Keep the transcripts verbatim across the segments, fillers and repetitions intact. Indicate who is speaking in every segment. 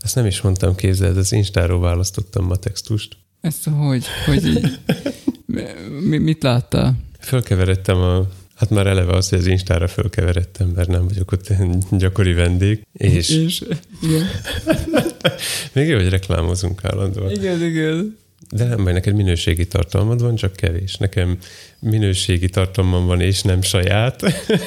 Speaker 1: Ezt nem is mondtam, képzeld, az Instáról választottam ma textust.
Speaker 2: Ezt hogy? Hogy így? Mi, mit láttál?
Speaker 1: Fölkeveredtem a... Hát már eleve az, hogy az Instára fölkeveredtem, mert nem vagyok ott gyakori vendég. És...
Speaker 2: és igen.
Speaker 1: Még jó, hogy reklámozunk állandóan.
Speaker 2: Igen, igen.
Speaker 1: De nem baj, neked minőségi tartalmad van, csak kevés. Nekem minőségi tartalmam van, és nem saját.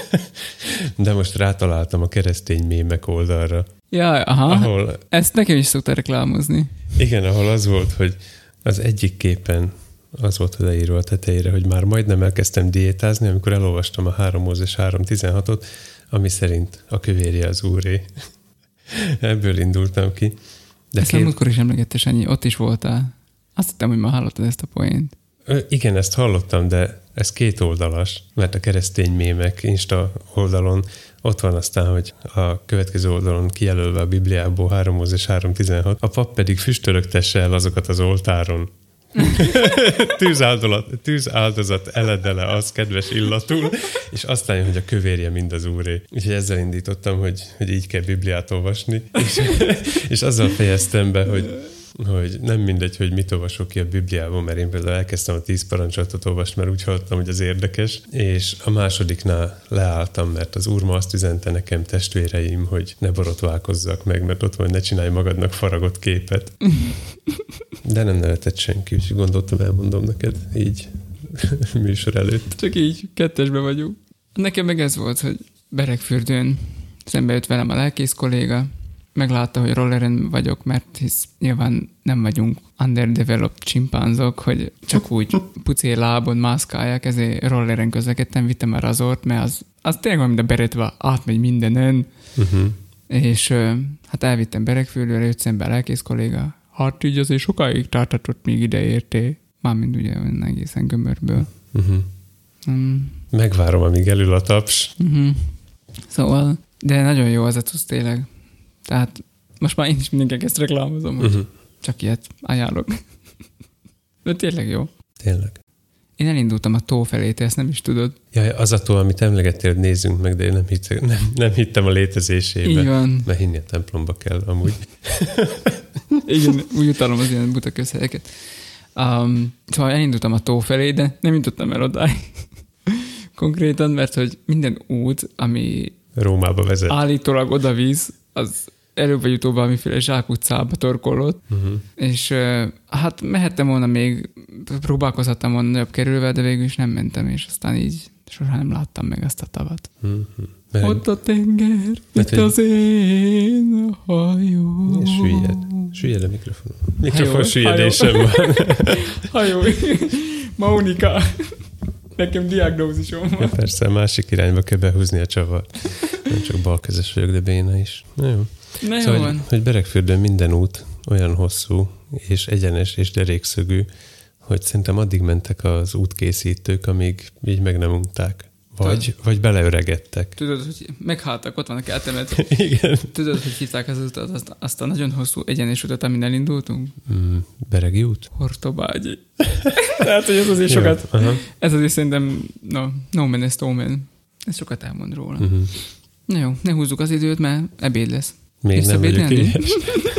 Speaker 1: De most rátaláltam a keresztény mémek oldalra.
Speaker 2: Ja, aha.
Speaker 1: Ahol...
Speaker 2: Ezt nekem is szoktál reklámozni.
Speaker 1: Igen, ahol az volt, hogy az egyik képen az volt odaírva a tetejére, hogy már majdnem elkezdtem diétázni, amikor elolvastam a három Mózes három tizenhatot, ami szerint a kövérje az Úré. Ebből indultam ki.
Speaker 2: De ezt kép... nem is emlegettes ennyi, ott is voltál. Azt hittem, hogy már hallottad ezt a poént.
Speaker 1: Igen, ezt hallottam, de ez két oldalas, mert a keresztény mémek Insta oldalon ott van aztán, hogy a következő oldalon kijelölve a Bibliából három Mózes három tizenhat, a pap pedig füstölögtesse el azokat az oltáron. tűzáldozat, tűzáldozat eledele az kedves illatul, és aztán, hogy a kövérje mind az Úré. Úgyhogy ezzel indítottam, hogy, hogy így kell Bibliát olvasni, és, és azzal fejeztem be, hogy hogy nem mindegy, hogy mit olvasok ki a Bibliában, mert én például elkezdtem a tíz parancsolatot olvasni, mert úgy hallottam, hogy az érdekes, és a másodiknál leálltam, mert az Úr ma azt üzente nekem, testvéreim, hogy ne borotválkozzak meg, mert ott van, ne csinálj magadnak faragott képet. De nem nevetett senki, úgyhogy gondoltam, elmondom neked így műsor előtt.
Speaker 2: Csak így, kettesbe vagyunk. Nekem meg ez volt, hogy Beregfürdőn szembe jött velem a lelkész kolléga, meglátta, hogy rolleren vagyok, mert hisz nyilván nem vagyunk underdeveloped csimpánzok, hogy csak úgy pucér lábon mászkálják, ezért rolleren közlekedtem, vittem a razort, mert az, az tényleg van, mint a beretva, átmegy mindenen. Uh-huh. És hát elvittem Beregfürdőre, jött szembe a lelkész kolléga. Hát így azért sokáig tartatott, még ide érté. Mármint ugye egészen gömörből. Uh-huh. Um,
Speaker 1: Megvárom, amíg elül a taps.
Speaker 2: Uh-huh. Szóval, de nagyon jó az a tusz tényleg. Tehát most már én is mindenkinek ezt reklámozom, hogy uh-huh. csak ilyet ajánlok. De tényleg jó.
Speaker 1: Tényleg.
Speaker 2: Én elindultam a tó felé, te ezt nem is tudod.
Speaker 1: Jaj, az a tó, amit emlegettél, nézzünk meg, de én nem, hittem, nem, nem hittem a létezésébe.
Speaker 2: Így van.
Speaker 1: Mert hinni a templomba kell amúgy.
Speaker 2: Igen, úgy utalom az ilyen buta közhelyeket. Um, szóval elindultam a tó felé, de nem jutottam el odáig. Konkrétan, mert hogy minden út, ami
Speaker 1: Rómába vezet.
Speaker 2: Állítólag oda víz, az előbb vagy utóbb valamiféle zsákutcába torkolott, uh-huh. és hát mehettem volna még, próbálkozhattam volna nagyobb kerülve, de végül is nem mentem, és aztán így soha nem láttam meg azt a tavat. Uh-huh. Mert ott a tenger, itt egy... az én hajó.
Speaker 1: Süllyed. Süllyed a mikrofon. Mikrofon süllyedésem van.
Speaker 2: Hajó. Maunika. Nekem diagnózisom van.
Speaker 1: Ja, persze, másik irányba kell behúzni a csavart. Nem csak balkezes vagyok, de béna is. Na jó.
Speaker 2: Na
Speaker 1: szóval,
Speaker 2: jó van.
Speaker 1: hogy, hogy Beregfürdőn minden út olyan hosszú, és egyenes, és derékszögű, hogy szerintem addig mentek az útkészítők, amíg így meg nem unták. Vagy, Tudod, vagy beleöregedtek.
Speaker 2: Tudod, hogy megháltak, ott vannak eltemetve.
Speaker 1: Igen.
Speaker 2: Tudod, hogy hívták az utat, azt, azt a nagyon hosszú egyenes utat, amin elindultunk?
Speaker 1: Mm, Beregi út?
Speaker 2: Hortobágyi. Tehát, hogy ez azért sokat,
Speaker 1: jó,
Speaker 2: ez azért szerintem, no, no man is no man. Ez sokat elmond róla. Uh-huh. Na jó, ne húzzuk az időt, mert ebéd lesz.
Speaker 1: Még Ész nem vagyok ilyes.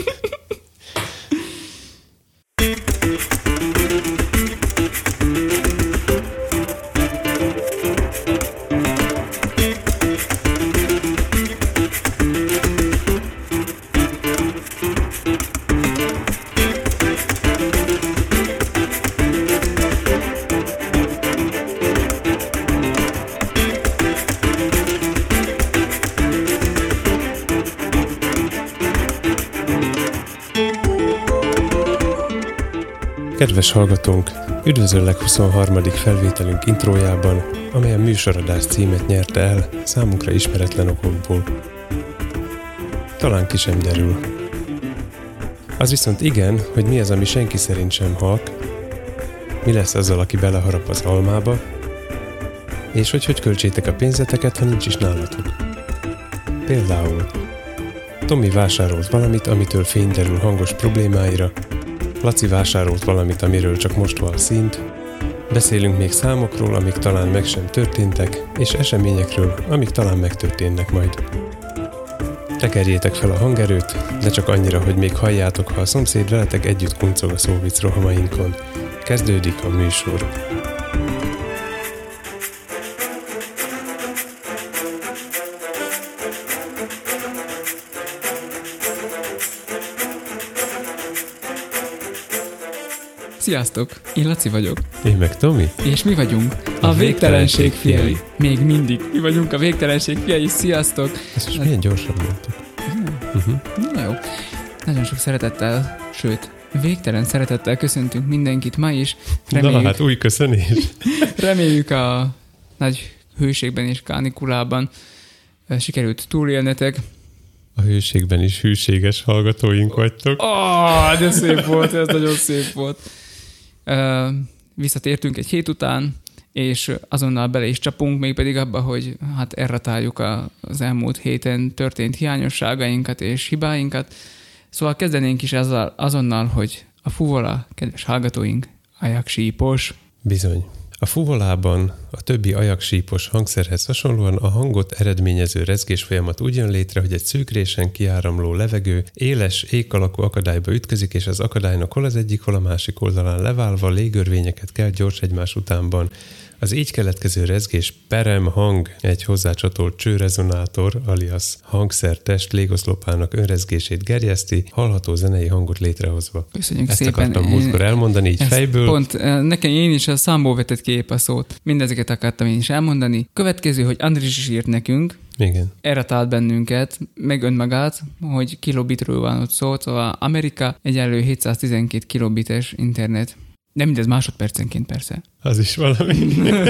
Speaker 1: Kedves hallgatónk, üdvözöllek huszonharmadik felvételünk intrójában, amely a műsoradás címet nyerte el számunkra ismeretlen okokból. Talán ki sem derül. Az viszont igen, hogy mi az, ami senki szerint sem halk, mi lesz azzal, aki beleharap az almába, és hogy hogy költsétek a pénzeteket, ha nincs is nálatok. Például Tomi vásárolt valamit, amitől fény derül hangos problémáira, Laci vásárolt valamit, amiről csak most van szint, beszélünk még számokról, amik talán meg sem történtek, és eseményekről, amik talán megtörténnek majd. Tekerjétek fel a hangerőt, de csak annyira, hogy még halljátok, ha a szomszéd veletek együtt kuncog a szóvic rohamainkon. Kezdődik a műsor.
Speaker 2: Sziasztok! Én Laci vagyok.
Speaker 1: Én meg Tomi.
Speaker 2: És mi vagyunk a, a Végtelenség fiai. Még mindig. Mi vagyunk a Végtelenség fiai. Sziasztok!
Speaker 1: Ezt most milyen gyorsan mondtuk. Uh-huh.
Speaker 2: Na jó. Nagyon sok szeretettel, sőt, végtelen szeretettel köszöntünk mindenkit ma is.
Speaker 1: Reméljük, Na hát új köszönés.
Speaker 2: Reméljük a nagy hőségben és kánikulában sikerült túlélnetek.
Speaker 1: A hőségben is hűséges hallgatóink vagytok.
Speaker 2: Ó, oh, de szép volt, ez nagyon szép volt. Uh, visszatértünk egy hét után, és azonnal bele is csapunk, mégpedig abba, hogy hát erratáljuk a, az elmúlt héten történt hiányosságainkat és hibáinkat. Szóval kezdenénk is azzal, azonnal, hogy a fuvola, kedves hallgatóink, ajaksípos.
Speaker 1: Bizony. A fuvolában a többi ajaksípos hangszerhez hasonlóan a hangot eredményező rezgés folyamat úgy jön létre, hogy egy szűkrésen kiáramló levegő éles, ék alakú akadályba ütközik, és az akadálynak hol az egyik, hol a másik oldalán leválva légörvényeket kell gyors egymás utánban. Az így keletkező rezgés perem hang egy hozzácsatolt csőrezonátor, alias hangszertest légoszlopának önrezgését gerjeszti, hallható zenei hangot létrehozva.
Speaker 2: Köszönjük
Speaker 1: Ezt
Speaker 2: szépen.
Speaker 1: akartam múltkor elmondani, így fejből.
Speaker 2: Pont, nekem én is a számból vetett kép a szót. Mindezeket akartam én is elmondani. Következő, hogy Andris is írt nekünk.
Speaker 1: Igen.
Speaker 2: Erre talált bennünket, meg önmagát, hogy kilobitről van ott szó, szóval Amerika egyenlő hétszáztizenkét kilobites internet. De mindez másodpercenként persze.
Speaker 1: Az is valami.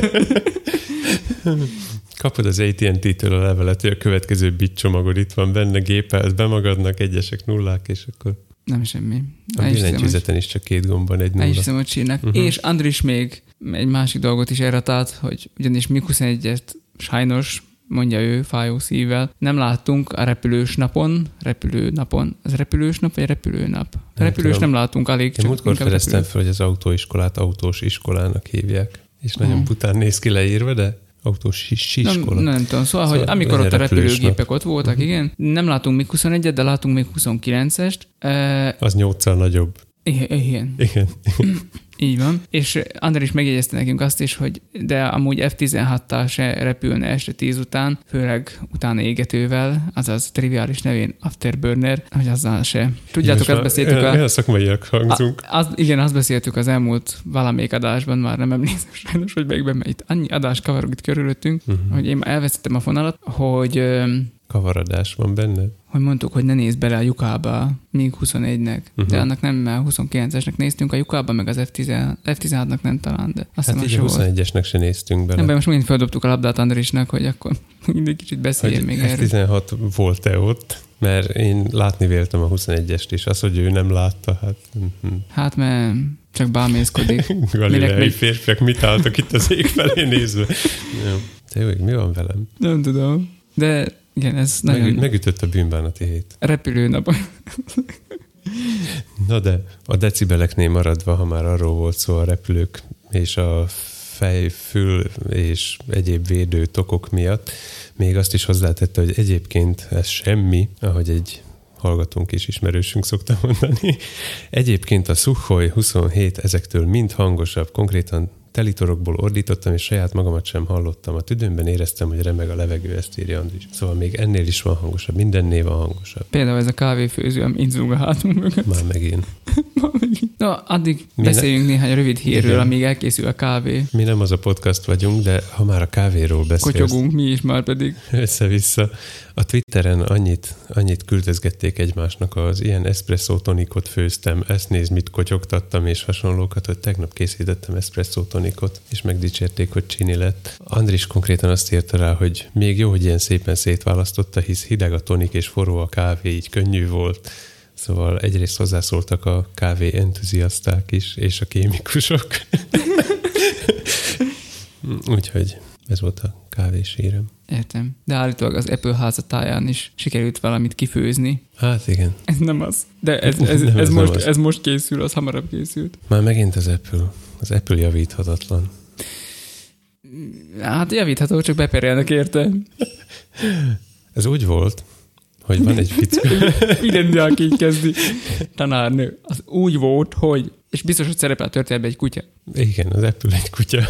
Speaker 1: Kapod az á té and té-től a levelet, hogy a következő bit csomagod itt van benne, gépelsz be magadnak, egyesek nullák, és akkor...
Speaker 2: Nem semmi.
Speaker 1: A billentyűzeten is csak két gombban egy nulla.
Speaker 2: El is hiszem, hogy csinálnak. Uh-huh. És Andris még egy másik dolgot is erre talált, hogy ugyanis mig huszonegyet sajnos, mondja ő fájó szívvel, nem láttunk a repülős napon, repülő napon. Az repülős nap vagy repülő nap? A repülős nem látunk alig.
Speaker 1: Én múltkor fedeztem fel, hogy az autóiskolát autós iskolának hívják, és nagyon uh-huh. bután néz ki leírva, de autós iskola.
Speaker 2: Nem, nem tudom, szóval, szóval hogy amikor ott a repülőgépek nap. Ott voltak, uh-huh. igen, nem látunk mig huszonegyet, de látunk mig huszonkilencest. Uh,
Speaker 1: az nyolccal nagyobb.
Speaker 2: Igen.
Speaker 1: Igen.
Speaker 2: Így van. És András is megjegyezte nekünk azt is, hogy de amúgy ef tizenhattal se repülne este tíz után, főleg utána égetővel, azaz triviális nevén Afterburner, hogy azzal se. Tudjátok, azt beszéltük
Speaker 1: olyan,
Speaker 2: a...
Speaker 1: Olyan szakmaiak hangzunk.
Speaker 2: A, az, igen, azt beszéltük az elmúlt valamelyik adásban, már nem emlékszem sajnos, hogy melyikben, mert itt annyi adás kavarog itt körülöttünk, uh-huh. hogy én elvesztettem a fonalat, hogy...
Speaker 1: Kavaradás van benne.
Speaker 2: Hogy mondtuk, hogy ne nézz bele a lyukába mig huszonegynek, uh-huh. de annak nem, mert huszonkilencesnek néztünk a lyukába, meg az ef tizenhatnak nem talán, de azt
Speaker 1: hát így a huszonegyesnek se néztünk bele.
Speaker 2: Nem, most megint feldobtuk a labdát Andrisnak, hogy akkor mindig kicsit beszéljen még erről.
Speaker 1: ef tizenhat volt-e ott? Mert én látni véltem a huszonegyest is. Az, hogy ő nem látta, hát... Uh-huh.
Speaker 2: Hát, mert csak bámészkodik.
Speaker 1: Galileai férfiak mit álltak itt az ég felé nézve? Tényleg, mi van velem?
Speaker 2: Nem tudom, de... Igen, ez nagyon...
Speaker 1: Meg, megütött a bűnbánati hét.
Speaker 2: Repülőnap.
Speaker 1: Na de a decibeleknél maradva, ha már arról volt szó a repülők és a fej, fül és egyéb védő tokok miatt, még azt is hozzátette, hogy egyébként ez semmi, ahogy egy hallgatónk és ismerősünk szokta mondani. Egyébként a Sukhoi huszonhét ezektől mind hangosabb, konkrétan telitorokból ordítottam, és saját magamat sem hallottam. A tüdőmben éreztem, hogy remeg a levegő, ezt írja Andris. Szóval még ennél is van hangosabb, mindennél van hangosabb.
Speaker 2: Például ez a kávéfőző, ami így zúg a hátunk mögött.
Speaker 1: Már megint.
Speaker 2: Már megint. No, addig mi beszéljünk ne... néhány rövid hírről, igen. Amíg elkészül a kávé.
Speaker 1: Mi nem az a podcast vagyunk, de ha már a kávéról beszélsz.
Speaker 2: Kotyogunk mi is már pedig.
Speaker 1: Össze-vissza. A Twitteren annyit, annyit küldözgették egymásnak, az ilyen espresso tonikot főztem, ezt nézd, mit kotyogtattam, és hasonlókat, hogy tegnap készítettem espresso tonikot, és megdicsérték, hogy csini lett. Andris konkrétan azt írta rá, hogy még jó, hogy ilyen szépen szétválasztotta, hisz hideg a tonik és forró a kávé, így könnyű volt. Szóval egyrészt hozzászóltak a kávé entuziaszták is, és a kémikusok. Úgyhogy ez volt a kávés hírem.
Speaker 2: Értem. De állítólag az Apple házatáján is sikerült valamit kifőzni.
Speaker 1: Hát igen.
Speaker 2: Ez nem az. De ez, ez, ez, ez, most, ez most készül, az hamarabb készült.
Speaker 1: Már megint az Apple. Az Apple javíthatatlan.
Speaker 2: Hát javítható, csak beperelnek érte.
Speaker 1: Ez úgy volt, hogy van egy fickó.
Speaker 2: Minden így kezdi. Tanárnő. Az úgy volt, hogy... És biztos, hogy szerepel a történetben egy kutya.
Speaker 1: Igen, az Apple egy kutya.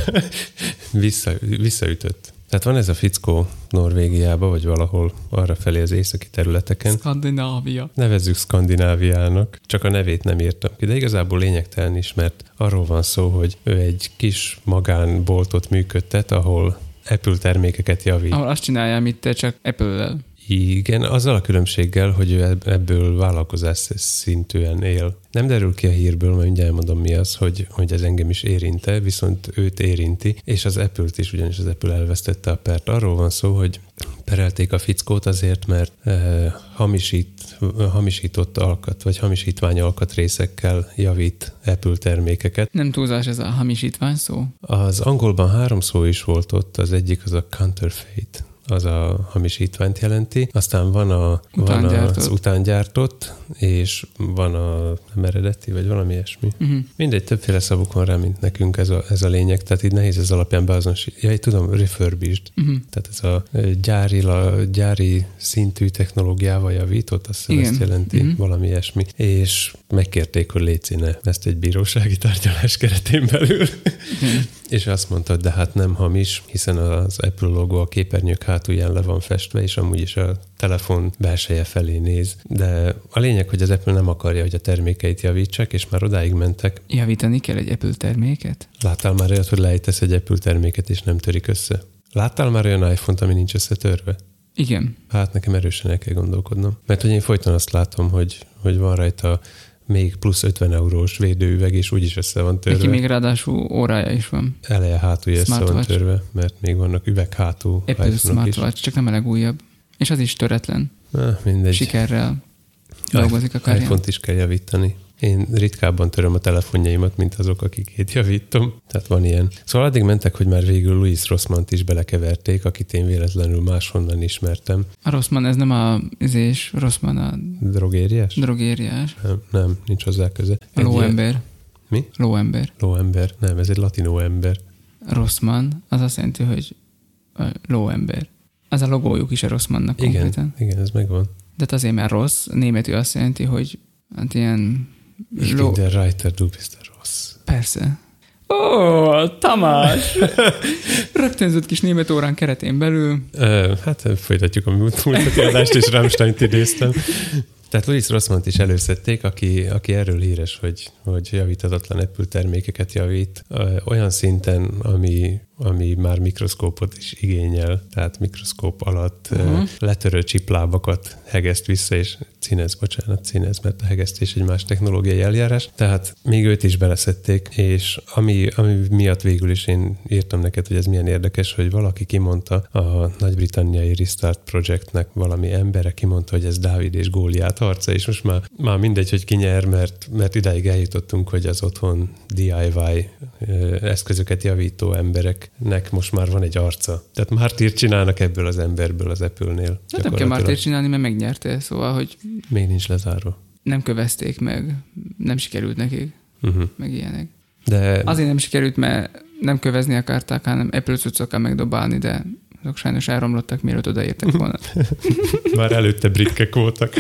Speaker 1: Vissza, visszaütött. Tehát van ez a fickó Norvégiába, vagy valahol arra felé az északi területeken.
Speaker 2: Skandinávia.
Speaker 1: Nevezzük Skandináviának, csak a nevét nem írtam ki, de igazából lényegtelen is, mert arról van szó, hogy ő egy kis magánboltot működtet, ahol Apple termékeket javít.
Speaker 2: Ahol azt csinálja, amit te, csak Apple-lel.
Speaker 1: Igen, azzal a különbséggel, hogy ő ebből vállalkozás szintűen él. Nem derül ki a hírből, mert mindjárt elmondom mi az, hogy, hogy ez engem is érinte, viszont őt érinti, és az Apple-t is, ugyanis az Apple elvesztette a pert. Arról van szó, hogy perelték a fickót azért, mert eh, hamisít, hamisított alkat, vagy hamisítvány alkatrészekkel javít Apple termékeket.
Speaker 2: Nem túlzás ez a hamisítvány szó?
Speaker 1: Az angolban három szó is volt ott, az egyik az a counterfeit, az a hamisítványt jelenti. Aztán van, a, van az utángyártott, és van a nem eredeti, vagy valami ilyesmi. Uh-huh. Mindegy, többféle szavuk van rá, mint nekünk ez a, ez a lényeg, tehát így nehéz ez alapján beazonosítani. Ja, tudom, refurbished. Uh-huh. Tehát ez a gyári, a gyári szintű technológiával javított, azt ezt jelenti, uh-huh. valami ilyesmi. És megkérték, hogy légy színe ezt egy bírósági tárgyalás keretén belül. Uh-huh. És azt mondta, de hát nem hamis, hiszen az Apple logó a képernyők hátulján le van festve, és amúgy is a telefon belseje felé néz. De a lényeg, hogy az Apple nem akarja, hogy a termékeit javítsák, és már odáig mentek.
Speaker 2: Javítani kell egy Apple terméket?
Speaker 1: Láttál már olyat, hogy lejtesz egy Apple terméket, és nem törik össze? Láttál már olyan iPhone-t, ami nincs összetörve?
Speaker 2: Igen.
Speaker 1: Hát nekem erősen el kell gondolkodnom. Mert hogy én folyton azt látom, hogy, hogy van rajta még plusz ötven eurós védőüveg, és úgyis össze van törve.
Speaker 2: Neki még ráadásul órája is van.
Speaker 1: Eleje hátulja össze van törve, mert még vannak üveg hátú
Speaker 2: Apple Smartwatch, csak nem a legújabb. És az is töretlen.
Speaker 1: Na, mindegy.
Speaker 2: Sikerrel dolgozik a karján.
Speaker 1: iPhone-t is kell javítani. Én ritkábban töröm a telefonjaimat, mint azok, akikét javítom. Tehát van ilyen. Szóval addig mentek, hogy már végül Louis Rossmann-t is belekeverték, akit én véletlenül máshonnan ismertem.
Speaker 2: A Rossmann, ez nem a izés, Rossmann a...
Speaker 1: Drogériás?
Speaker 2: Drogériás.
Speaker 1: Nem, nem, nincs hozzá köze.
Speaker 2: A lóember.
Speaker 1: Mi?
Speaker 2: Lóember.
Speaker 1: Lóember. Nem, ez egy latinó ember.
Speaker 2: Rossmann, az azt jelenti, hogy lóember. Az a logójuk is a Rossmannnak
Speaker 1: igen,
Speaker 2: konkrétan.
Speaker 1: Igen, ez megvan.
Speaker 2: De azért már rossz, németül azt jelenti, hogy hát ilyen...
Speaker 1: Ich bin der Reiter, du bist der Ross.
Speaker 2: Persze. Ó, oh, Tamás! Rögtönzött kis német órán keretén belül.
Speaker 1: Uh, hát folytatjuk a múltati adást, és Rammsteint idéztem. Tehát Louis Rossmann-t is előszedték, aki, aki erről híres, hogy, hogy javítatlan Apple termékeket javít, olyan szinten, ami, ami már mikroszkópot is igényel, tehát mikroszkóp alatt uh-huh. letörő csiplábakat hegeszt vissza, és színez, bocsánat, színez, mert a hegesztés egy más technológiai eljárás. Tehát még őt is beleszedték, és ami, ami miatt végül is én írtam neked, hogy ez milyen érdekes, hogy valaki kimondta a nagy-britanniai Restart Projectnek valami embere kimondta, hogy ez Dávid és Góliát harca, és most már, már mindegy, hogy ki nyer, mert, mert idáig eljutottunk, hogy az otthon dé i vé eszközöket javító embereknek most már van egy arca. Tehát mártírt csinálnak ebből az emberből az Apple-nél.
Speaker 2: Hát nem kell mártírt csinálni, mert megnyerte, szóval, hogy
Speaker 1: még nincs lezárva.
Speaker 2: Nem kövezték meg, nem sikerült nekik, uh-huh. meg ilyenek.
Speaker 1: De...
Speaker 2: Azért nem sikerült, mert nem kövezni akarták, hanem Apple cuccokkal megdobálni, de azok sajnos elromlottak, mielőtt odaértek volna.
Speaker 1: Már előtte britkek voltak.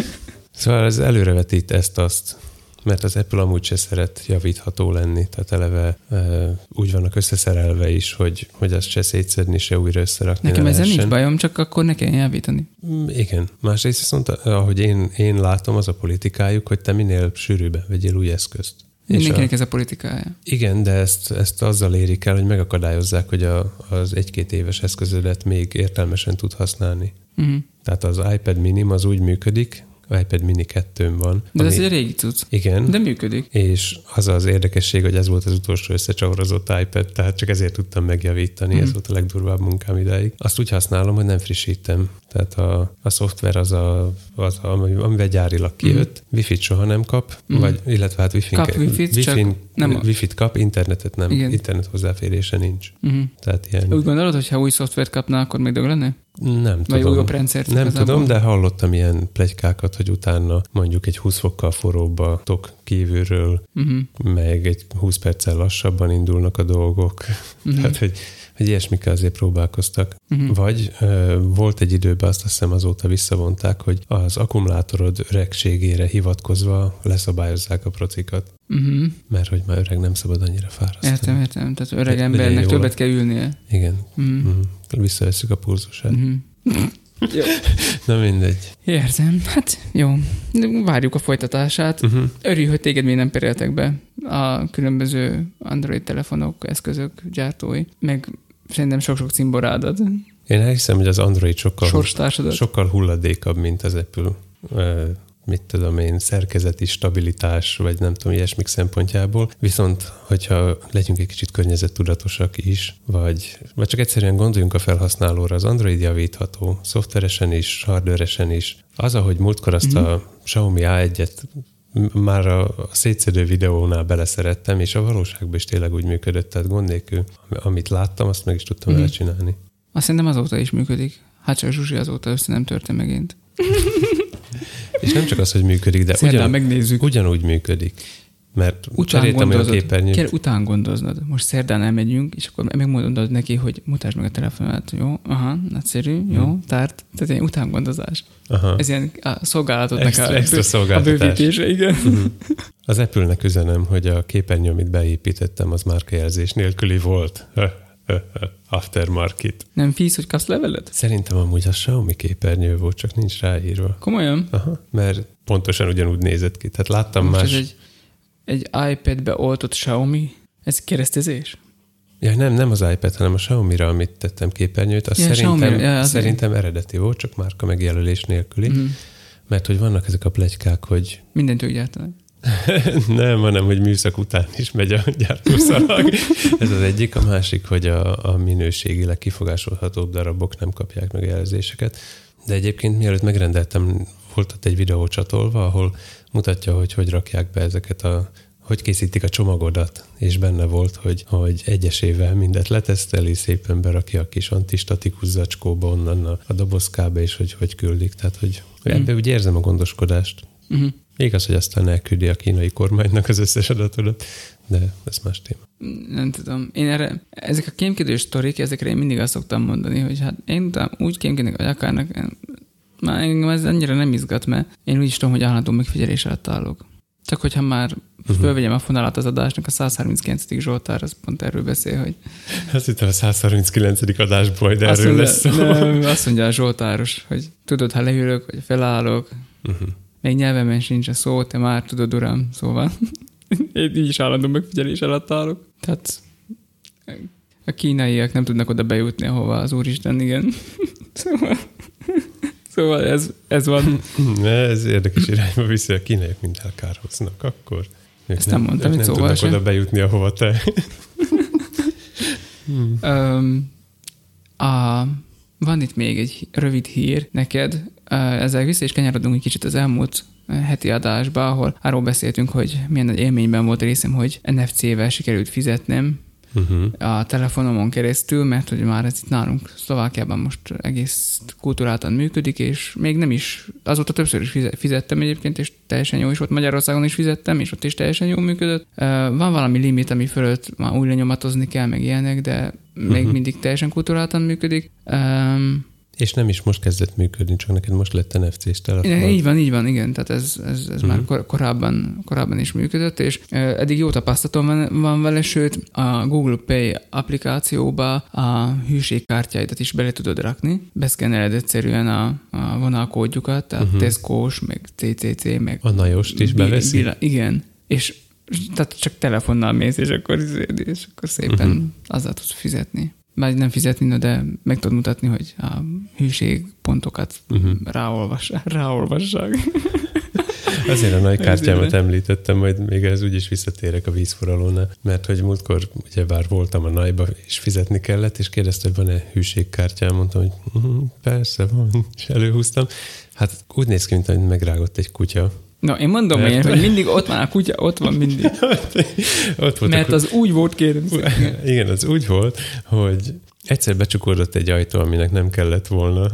Speaker 1: Szóval ez előrevetít ezt-azt, mert az Apple amúgy se szeret javítható lenni, tehát eleve e, úgy vannak összeszerelve is, hogy, hogy azt se szétszedni, se újra összerakni.
Speaker 2: Nekem ezzel nincs bajom, csak akkor ne kelljen javítani.
Speaker 1: Igen. Másrészt viszont, ahogy én, én látom, az a politikájuk, hogy te minél sűrűbben vegyél új eszközt.
Speaker 2: Mindenkinek a, ez a politikája.
Speaker 1: Igen, de ezt, ezt azzal érik el, hogy megakadályozzák, hogy a, az egy-két éves eszközödet még értelmesen tud használni. Uh-huh. Tehát az iPad Minim az úgy működik, iPad Mini kettőm van.
Speaker 2: De ami, ez egy régi cucc.
Speaker 1: Igen.
Speaker 2: De működik. És
Speaker 1: az az érdekesség, hogy ez volt az utolsó összecsavarozott iPad, tehát csak ezért tudtam megjavítani, mm. ez volt a legdurvább munkám idáig. Azt úgy használom, hogy nem frissítem. Tehát a, a szoftver az, a, az a, amivel gyárilag kijött. Mm. Wi-Fi-t soha nem kap, mm. vagy, illetve hát Wi-Fi-n
Speaker 2: kap Wi-Fi-t,
Speaker 1: Wi-Fi-n,
Speaker 2: csak nem a...
Speaker 1: Wi-Fi-t kap, internetet nem. Igen. Internet hozzáférése nincs.
Speaker 2: Mm.
Speaker 1: Tehát ilyen...
Speaker 2: Úgy gondolod, hogy ha új szoftvert kapna, akkor még dolog lenne?
Speaker 1: Nem
Speaker 2: Vagy
Speaker 1: tudom.
Speaker 2: újabb rendszert
Speaker 1: Nem
Speaker 2: igazából.
Speaker 1: tudom, de hallottam ilyen pletykákat, hogy utána mondjuk egy húsz fokkal forróbb a tok kívülről, uh-huh. meg egy húsz perccel lassabban indulnak a dolgok. Uh-huh. Tehát, hogy, hogy ilyesmikkel azért próbálkoztak. Uh-huh. Vagy ö, volt egy időben, azt hiszem azóta visszavonták, hogy az akkumulátorod öregségére hivatkozva leszabályozzák a procikat. Uh-huh. Mert hogy már öreg nem szabad annyira fárasztani.
Speaker 2: Értem, értem. Tehát öreg embernek többet kell ülnie.
Speaker 1: Igen. Uh-huh. Uh-huh. Visszavesszük a pulzusát. Uh-huh.
Speaker 2: Jó.
Speaker 1: Na mindegy.
Speaker 2: Értem. Hát jó. Várjuk a folytatását. Uh-huh. Örülj, hogy téged még nem pereltek be a különböző Android telefonok, eszközök gyártói. Meg szerintem sok-sok cimborádat.
Speaker 1: Én elhiszem, hogy az Android sokkal, sokkal hulladékabb, mint az Apple. Mit tudom én, szerkezeti stabilitás, vagy nem tudom, ilyesmik szempontjából. Viszont, hogyha legyünk egy kicsit környezettudatosak is, vagy, vagy csak egyszerűen gondoljunk a felhasználóra, az Android javítható, szoftveresen is, hardveresen is. Az, ahogy múltkor azt mm-hmm. a Xiaomi á egyet már a, a szétszedő videónál beleszerettem, és a valóságban is tényleg úgy működött, tehát gond nélkül, amit láttam, azt meg is tudtam mm-hmm. vele csinálni.
Speaker 2: Azt szerintem azóta is működik. Hát csak Zsuzsi azóta össze nem törte megint.
Speaker 1: És nem csak az, hogy működik, de ugyan, megnézzük. ugyanúgy működik. Mert cseréltem olyan képernyőt.
Speaker 2: Kell után gondoznod. Most szerdán elmegyünk, és akkor megmondod neki, hogy mutasd meg a telefonát. Jó, aha, nagyszerű, jó, hmm. tárt. Tehát ilyen utángondozás. Aha. Ez ilyen a szolgálatodnak
Speaker 1: extra,
Speaker 2: a,
Speaker 1: extra szolgáltatás.
Speaker 2: A bővítése, igen. Uh-huh.
Speaker 1: Az Apple-nek üzenem, hogy a képernyő, amit beépítettem, az márkajelzés nélküli volt. Aftermarket.
Speaker 2: Nem fíz, hogy kapsz levelet?
Speaker 1: Szerintem amúgy a Xiaomi képernyő volt, csak nincs ráírva.
Speaker 2: Komolyan?
Speaker 1: Aha, mert pontosan ugyanúgy nézett ki. Tehát láttam
Speaker 2: most
Speaker 1: más...
Speaker 2: Ez egy, egy iPad-be oltott Xiaomi? Ez keresztezés?
Speaker 1: Ja, nem, nem az iPad, hanem a Xiaomi-ra, amit tettem képernyőt, az ja, szerintem, ja, szerintem eredeti volt, csak márka megjelölés nélküli. Mm. Mert hogy vannak ezek a pletykák, hogy...
Speaker 2: Mindent ők gyártanak.
Speaker 1: Nem, hanem, hogy műszak után is megy a gyártószalag. Ez az egyik. A másik, hogy a, a minőségileg kifogásolhatóbb darabok nem kapják meg jelzéseket. De egyébként mielőtt megrendeltem, volt ott egy videó csatolva, ahol mutatja, hogy hogy rakják be ezeket a hogy készítik a csomagodat, és benne volt, hogy, hogy egyesével mindet leteszteli, szépen berakja a kis antistatikus zacskóba onnan a, a dobozkába, és hogy hogy küldik. Tehát, hogy, hogy mm. ebbe úgy érzem a gondoskodást. Mm-hmm. Igaz, hogy aztán elküldi a kínai kormánynak az összes adatodat, de ez más téma.
Speaker 2: Nem tudom. Én erre, ezek a kémkedős sztorik, ezekre én mindig azt szoktam mondani, hogy hát én utána úgy kémkednek, hogy akarnak, már engem ez annyira nem izgat, mert én úgy is tudom, hogy állandó megfigyelés alatt állok. Csak hogyha már uh-huh. fölvegyem a fonalat az adásnak, a száz harminckilencedik Zsoltár, az pont erről beszél, hogy...
Speaker 1: Azt hittem a száz harminckilencedik adásból, hogy erről
Speaker 2: mondja,
Speaker 1: lesz szó.
Speaker 2: Nem, azt mondja a Zsoltáros, hogy tudod, ha leülök, vagy felállok, uh-huh. még nyelvemen sincs a szó, te már tudod, uram, szóval én így is állandó megfigyelés alatt állok. Tehát a kínaiak nem tudnak oda bejutni, ahova az Úristen, igen. Szóval... Szóval ez, ez van.
Speaker 1: Ez érdekes irányba viszi, a kínaiak mind elkárhoznak, akkor
Speaker 2: ezt nem, nem mondtam, hogy szóval
Speaker 1: nem
Speaker 2: sem.
Speaker 1: tudnak oda bejutni, ahova te.
Speaker 2: hmm. um, a, van itt még egy rövid hír neked. Ezzel vissza is kanyarodunk egy kicsit az elmúlt heti adásba, ahol arról beszéltünk, hogy milyen nagy élményben volt részem, hogy en ef cé-vel sikerült fizetnem uh-huh. a telefonomon keresztül, mert hogy már ez itt nálunk Szlovákiában most egész kulturáltan működik, és még nem is, azóta többször is fizettem egyébként, és teljesen jó is volt. Magyarországon is fizettem, és ott is teljesen jól működött. Van valami limit, ami fölött már új lenyomatozni kell, meg ilyenek, de uh-huh. még mindig teljesen kulturáltan működik. Um,
Speaker 1: És nem is most kezdett működni, csak neked most lett en ef cés telefon.
Speaker 2: Így van, így van, igen. Tehát ez, ez, ez uh-huh. már kor- korábban, korábban is működött, és eddig jó tapasztalatom van, van vele, sőt a Google Pay applikációba a hűségkártyáidat is bele tudod rakni. Beszkenneled egyszerűen a, a vonalkódjukat, tehát uh-huh. Tesco-s, meg cé cé cé, meg...
Speaker 1: A najost is beveszi?
Speaker 2: Bila, igen, és tehát csak telefonnal mész, és akkor, és akkor szépen uh-huh. azzal tudsz fizetni. Már nem fizetni, de meg tudod mutatni, hogy a hűségpontokat uh-huh. ráolvassák. ráolvassák.
Speaker 1: Azért a nagy kártyámat említettem, majd még ez úgyis visszatérek a vízforralónál, mert hogy múltkor ugyebár voltam a nagyba, és fizetni kellett, és kérdezte, hogy van-e hűségkártyám, mondtam, hogy uh-huh, persze van, és előhúztam. Hát úgy néz ki, mint megrágott egy kutya.
Speaker 2: No, én mondom mert... én, hogy mindig ott van a kutya, ott van mindig.
Speaker 1: ott volt
Speaker 2: mert az úgy volt, kérem.
Speaker 1: Igen, az úgy volt, hogy Egyszer becsukódott egy ajtó, aminek nem kellett volna,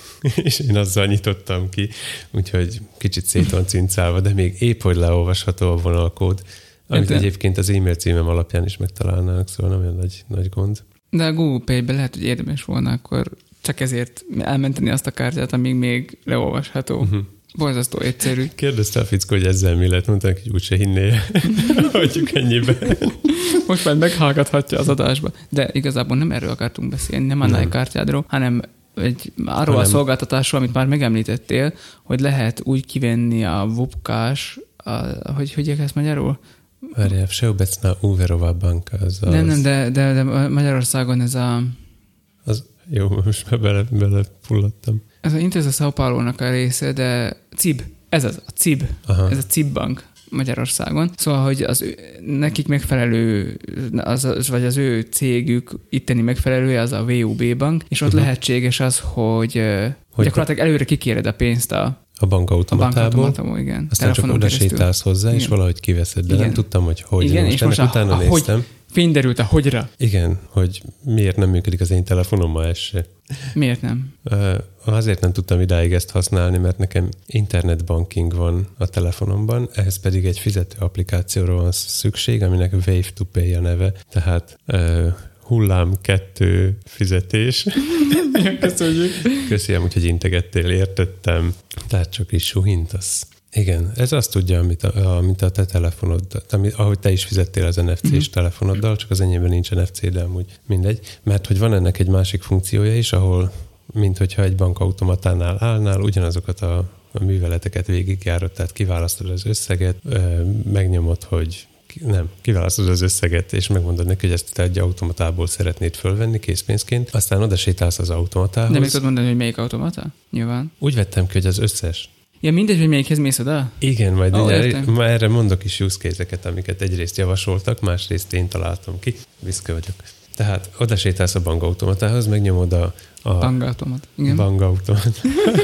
Speaker 1: és én azzal nyitottam ki, úgyhogy kicsit szét van cincálva, de még épp hogy leolvasható a vonalkód, amit de... egyébként az e-mail címem alapján is megtalálnának, szóval nem olyan nagy, nagy gond.
Speaker 2: De a Google Pay-ben lehet, hogy érdemes volna akkor csak ezért elmenteni azt a kártyát, amíg még leolvasható. Uh-huh. Borzasztó egyszerű.
Speaker 1: Kérdezte a fickó, hogy ezzel mi lett, mondták, hogy úgyse hinné. Hagyjuk ennyiben.
Speaker 2: Most már meghallgathatja az adásba. De igazából nem erről akartunk beszélni, nem annál kártyádról, hanem egy, arról hanem... a szolgáltatásról, amit már megemlítettél, hogy lehet úgy kivenni a vupkás, a, hogy hogy ezt magyarul?
Speaker 1: Várjál, Všeobecná úverová banka. Az
Speaker 2: nem, nem, de, de, de Magyarországon ez a...
Speaker 1: Az, jó, most már bele, bele fulladtam.
Speaker 2: Ez a Intézet São Paulo-nak a része, de cé i bé, ez az, a cé i bé, Aha. ez a cé i bé bank Magyarországon. Szóval, hogy az ő, nekik megfelelő, az, az, vagy az ő cégük itteni megfelelője az a vé u bé bank, és ott uh-huh. lehetséges az, hogy, hogy gyakorlatilag előre kikéred a pénzt a
Speaker 1: A bankautomatából, a bankautomatából
Speaker 2: igen.
Speaker 1: Aztán csak oda sétálsz hozzá, igen. És valahogy kiveszed, de igen. Nem tudtam, hogy hogy.
Speaker 2: Igen, most és most
Speaker 1: utána
Speaker 2: a,
Speaker 1: néztem.
Speaker 2: Hogy fényderült a hogyra.
Speaker 1: Igen, hogy miért nem működik az én telefonom ma ez se.
Speaker 2: Miért nem?
Speaker 1: Azért nem tudtam idáig ezt használni, mert nekem internetbanking van a telefonomban, ehhez pedig egy fizető applikációra van szükség, aminek Wave to Pay a neve, tehát uh, hullám kettő fizetés.
Speaker 2: Köszönjük.
Speaker 1: Köszönöm, úgyhogy integettél, értettem. Tehát csak is suhintasz. Igen, ez azt tudja, amit a, amit a te telefonod, ami, ahogy te is fizettél az en ef cés mm-hmm. telefonoddal, csak az enyémben nincs en ef cé, de amúgy mindegy. Mert hogy van ennek egy másik funkciója is, ahol, mint hogyha egy bankautomatánál állnál, ugyanazokat a, a műveleteket végigjárod, tehát kiválasztod az összeget, megnyomod, hogy nem, kiválasztod az összeget, és megmondod neki, hogy ezt te egy automatából szeretnéd fölvenni készpénzként, aztán oda sétálsz az automatához.
Speaker 2: De még tudod mondani, hogy melyik automata? Nyilván.
Speaker 1: Úgy vettem ki, hogy az összes.
Speaker 2: Ja, mindegy, hogy melyikhez mész oda?
Speaker 1: Igen, majd oh, erre, ma erre mondok is use case-eket, amiket egyrészt javasoltak, másrészt én találtam ki. Büszke vagyok. Tehát oda sétálsz a bankautomatához, megnyomod a... a
Speaker 2: bankautomat. Igen.
Speaker 1: Bankautomat.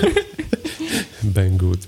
Speaker 1: Banggood.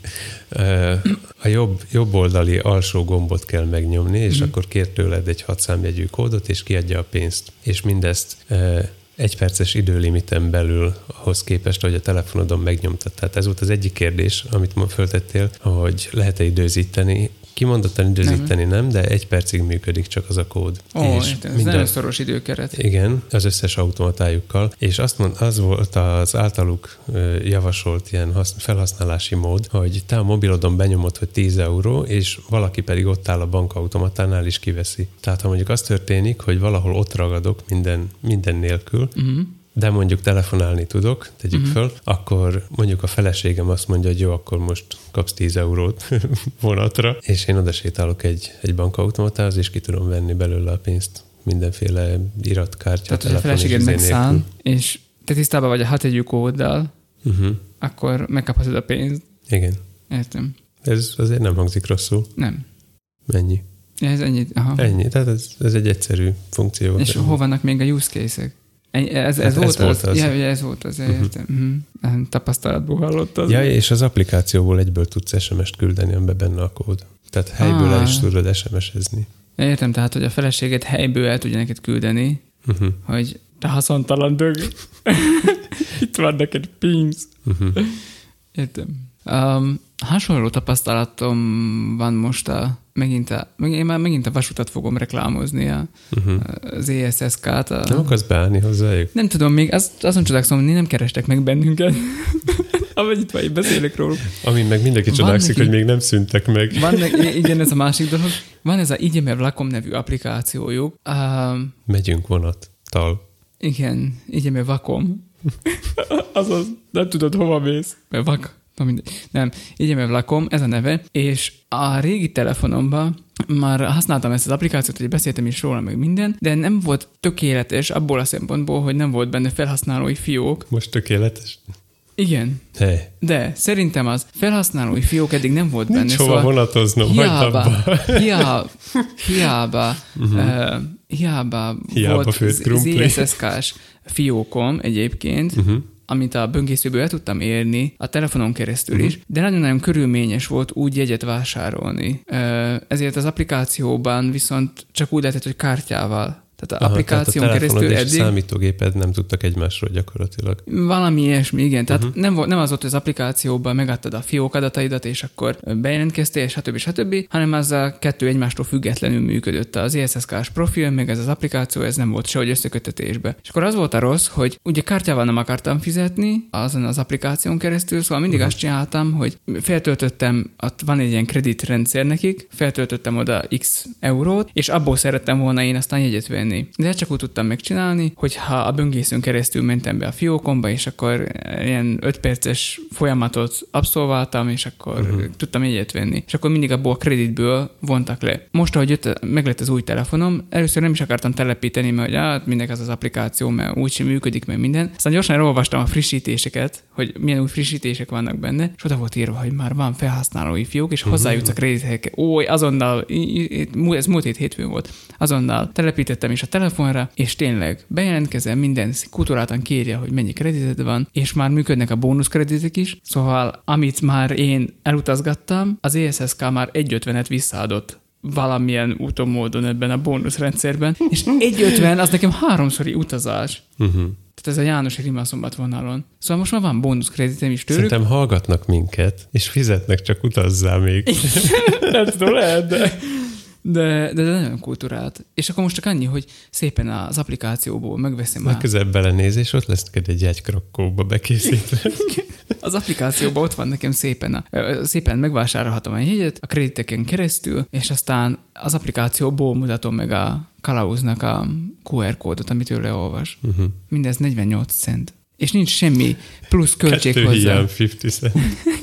Speaker 1: A jobb, jobb oldali alsó gombot kell megnyomni, és mm-hmm. akkor kér tőled egy hat számjegyű kódot, és kiadja a pénzt. És mindezt egy perces időlimiten belül ahhoz képest, hogy a telefonodon megnyomtad. Tehát ez volt az egyik kérdés, amit ma föltettél, hogy lehet-e időzíteni. Kimondottan időzíteni nem, nem, de egy percig működik csak az a kód.
Speaker 2: Ó, és ez minden, nagyon szoros időkeret.
Speaker 1: Igen, az összes automatájukkal. És azt mond, az volt az általuk javasolt ilyen felhasználási mód, hogy te a mobilodon benyomod, hogy tíz euró, és valaki pedig ott áll a bankautomatánál is kiveszi. Tehát ha mondjuk az történik, hogy valahol ott ragadok minden, minden nélkül, uh-huh. de mondjuk telefonálni tudok, tegyük uh-huh. föl, akkor mondjuk a feleségem azt mondja, hogy jó, akkor most kapsz tíz eurót vonatra, és én oda sétálok egy, egy bankautomatához, és ki tudom venni belőle a pénzt mindenféle iratkártya.
Speaker 2: Tehát, hogy a feleséged megszáll, és te tisztában vagy a hat jegyű kóddal, uh-huh. akkor megkaphatod a pénzt.
Speaker 1: Igen.
Speaker 2: Értem.
Speaker 1: Ez azért nem hangzik rosszul.
Speaker 2: Nem.
Speaker 1: Mennyi?
Speaker 2: Ez ennyi. Aha.
Speaker 1: Ennyi, tehát ez, ez egy egyszerű funkció.
Speaker 2: És hol vannak még a use case-ek? Ez, ez, ez, volt, volt az? az. Ja, ez volt az, uh-huh. értem. Uh-huh. Tapasztalatból hallottad.
Speaker 1: Ja, és az applikációból egyből tudsz es em es-t küldeni, amiben benne a kód. Tehát helyből ah. el is tudod es em es-ezni.
Speaker 2: Értem, tehát, hogy a feleséget helyből el tudja neked küldeni, uh-huh. hogy te haszontalan dög. Itt van neked pénz. Uh-huh. Értem. Um, hasonló tapasztalatom van most a megint a, én már megint a vasutat fogom reklámozni, a, uh-huh. az é es es ká-t. A,
Speaker 1: nem akarsz beállni hozzájuk?
Speaker 2: Nem tudom, még az, azon csodálkozom, hogy nem kerestek meg bennünket. Amennyit már én beszélek róluk.
Speaker 1: Amin meg mindenki csodálkozik, hogy még nem szűntek meg.
Speaker 2: Van meg, igen, ez a másik dolog. Van ez a Ideme Vlakom nevű applikációjuk. Uh,
Speaker 1: Megyünk vonattal.
Speaker 2: Igen, Ideme Vakom. Azaz, nem tudod, hova mész. Mert vak. Na mindegy. Nem, Ideme Vlakom, ez a neve, és a régi telefonomban már használtam ezt az applikációt, hogy beszéltem is róla, meg minden, de nem volt tökéletes abból a szempontból, hogy nem volt benne felhasználói fiók.
Speaker 1: Most tökéletes?
Speaker 2: Igen.
Speaker 1: Hey.
Speaker 2: De szerintem az felhasználói fiók eddig nem volt benne.
Speaker 1: Nincs hova szóval vonatoznom,
Speaker 2: hiába, hiába, hiába, uh-huh. uh, hiába, hiába volt zé es es ká-s fiókom egyébként, uh-huh. amit a böngészőből el tudtam érni a telefonon keresztül uh-huh. is, de nagyon-nagyon körülményes volt úgy jegyet vásárolni. Ezért az applikációban viszont csak úgy lehetett, hogy kártyával Tehát az applikáción
Speaker 1: tehát a
Speaker 2: keresztül
Speaker 1: és
Speaker 2: eddig...
Speaker 1: a számítógéped nem tudtak egymásról gyakorlatilag.
Speaker 2: Valami ilyesmi, igen. Tehát uh-huh. nem, nem az ott, hogy az applikációban megadtad a fiók adataidat, és akkor bejelentkeztél, stb. stb., hanem az a kettő egymástól függetlenül működött. Az i es es ká-s profil, meg ez az applikáció, ez nem volt sehogy összekötetésbe. És akkor az volt a rossz, hogy ugye kártyával nem akartam fizetni azon az applikáción keresztül, szóval mindig uh-huh. azt csináltam, hogy feltöltöttem, ott van egy ilyen kreditrendszer nekik, feltöltöttem oda x eurót, és abból szerettem volna én aztán jegyet venni. De csak úgy tudtam megcsinálni, hogy ha a böngészőn keresztül mentem be a fiókomba, és akkor ilyen öt perces folyamatot abszolváltam, és akkor uh-huh. tudtam jegyet venni. És akkor mindig abból a kreditből vontak le. Most, ahogy jött, meglett az új telefonom, először nem is akartam telepíteni, mert hogy ah, mindenki az az applikáció, mert úgysem működik, meg minden. Aztán gyorsan elolvastam a frissítéseket, hogy milyen új frissítések vannak benne, és oda volt írva, hogy már van felhasználói fiók, és uh-huh. hozzájutsz a kredithelyekkel. Ó, azonnal, ez múlt hét hétfőn volt, azonnal telepítettem is a telefonra, és tényleg bejelentkezem, minden kultúráltan kérje, hogy mennyi kredited van, és már működnek a bónuszkreditek is, szóval amit már én elutazgattam, az i es es ká már egy ötvenet visszaadott valamilyen úton módon ebben a bónuszrendszerben, és egy ötven az nekem háromszori utazás. Uh-huh. Tehát ez a János Rimaszombat vonalon. Szóval most már van bónuszkreditem is tőlük.
Speaker 1: Szerintem hallgatnak minket, és fizetnek, csak utazzál még.
Speaker 2: Nem tudom, lehet, de... De, de, de nagyon kultúrált. És akkor most csak annyi, hogy szépen az applikációból megveszem már.
Speaker 1: Legközelebb belenéz, és ott lesz neked egy jegykrakkóba bekészítve.
Speaker 2: Az applikációban ott van nekem szépen, a, szépen megvásárolhatom a jegyet a krediteken keresztül, és aztán az applikációból mutatom meg a kalauznak a kú er kódot, amit ő leolvas. Uh-huh. Mindez negyvennyolc cent. És nincs semmi plusz költség
Speaker 1: Kettő
Speaker 2: hozzá.
Speaker 1: hiány, ötven cent.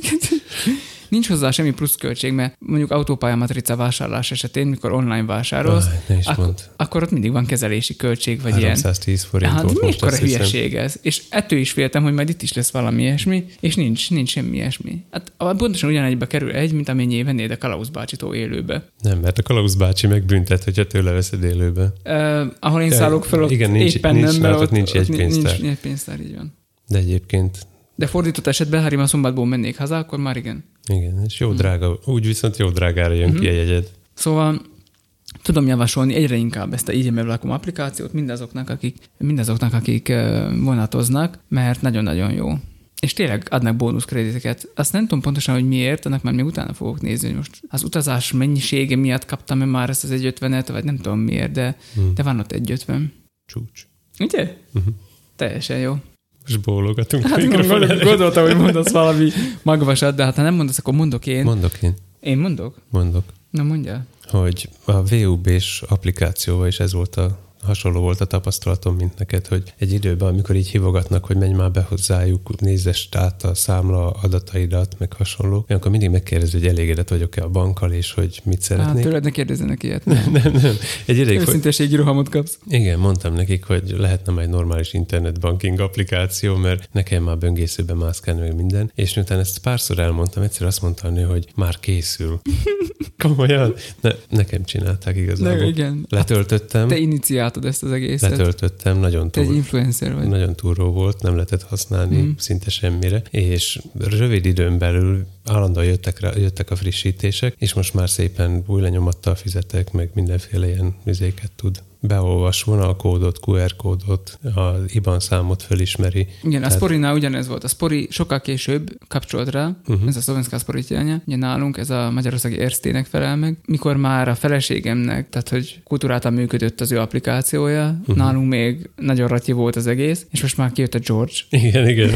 Speaker 2: Nincs hozzá semmi plusz költség, mert mondjuk autópályamatrica vásárlás esetén, mikor online vásárolsz, ah, ak- akkor ott mindig van kezelési költség, vagy
Speaker 1: háromszáztíz forint
Speaker 2: ilyen.
Speaker 1: volt most,
Speaker 2: azt hiszem. Hülyeség ez. És ettől is féltem, hogy majd itt is lesz valami ilyesmi, és nincs, nincs semmi ilyesmi. Hát pontosan ugyanegybe kerül egy, mint amennyi vennéd a Kalauz bácsitól élőbe.
Speaker 1: Nem, mert a Kalauz bácsi megbüntet, hogyha tőle veszed élőbe.
Speaker 2: Uh, ahol én szállok fel, ott
Speaker 1: igen, nincs,
Speaker 2: éppen
Speaker 1: nincs,
Speaker 2: nem, mert ott,
Speaker 1: nincs
Speaker 2: ott
Speaker 1: jegypénztár.
Speaker 2: Nincs jegypénztár, így van.
Speaker 1: De egyébként...
Speaker 2: De fordított esetben, ha Rimaszombatból mennék haza, akkor már igen.
Speaker 1: Igen, és jó drága, úgy viszont jó drágára jön uh-huh. ki a jegyed.
Speaker 2: Szóval tudom javasolni egyre inkább ezt a így lakom applikációt mindazoknak, akik, mindazoknak, akik vonatoznak, mert nagyon-nagyon jó. És tényleg adnak bónuszkrediteket. Azt nem tudom pontosan, hogy miért, annak már még utána fogok nézni, hogy most az utazás mennyisége miatt kaptam-e már ezt az egy ötvenet, vagy nem tudom miért, de, hmm. de van ott egy ötven.
Speaker 1: Csúcs.
Speaker 2: Ugye? Uh-huh. Teljesen jó.
Speaker 1: Most bólogatunk.
Speaker 2: Hát gondoltam, gondoltam, hogy mondasz valami magvasat, de hát ha nem mondasz, akkor mondok én.
Speaker 1: Mondok én.
Speaker 2: Én mondok?
Speaker 1: Mondok.
Speaker 2: Na mondjál.
Speaker 1: Hogy a vé u bé-s applikációval is ez volt a hasonló volt a tapasztalatom, mint neked, hogy egy időben, amikor így hívogatnak, hogy menj már be hozzájuk, nézzest át a számla adataidat, meg hasonló, én akkor mindig megkérdezi, hogy elégedett vagyok-e a bankkal, és hogy mit szeretnék.
Speaker 2: Hát tőled ne kérdezzenek ilyet.
Speaker 1: Nem, nem, nem. Egy ideig,
Speaker 2: őszinteségi rohamot kapsz.
Speaker 1: Igen, mondtam nekik, hogy lehetne már egy normális internetbanking applikáció, mert nekem már böngészőben mászkálni meg minden, és miután ezt párszor elmondtam, egyszer azt mondta a nő, hogy már készül. Komolyan? Ne, nekem csinálták igazából.
Speaker 2: Ne, igen.
Speaker 1: Letöltöttem.
Speaker 2: Te iniciáltad ezt az egészet.
Speaker 1: Letöltöttem, nagyon túl.
Speaker 2: Te egy influencer vagy.
Speaker 1: Nagyon túró volt, nem lehetett használni mm. szinte semmire, és rövid időn belül állandóan jöttek, rá, jöttek a frissítések, és most már szépen új lenyomattal fizetek, meg mindenféle ilyen műzéket tud. Beolvas vonalkódot, kú er kódot, az i bé á en számot fölismeri.
Speaker 2: Igen, Tehát... a Sporinál ugyanez volt. A Spori sokkal később kapcsolt rá, uh-huh. ez a Szlovenská Sporitjánya, ugye nálunk ez a magyarországi Erstének felel meg, mikor már a feleségemnek, tehát hogy kultúráltan működött az ő applikációja, uh-huh. nálunk még nagyon ratyi volt az egész, és most már kijött a George.
Speaker 1: Igen, igen.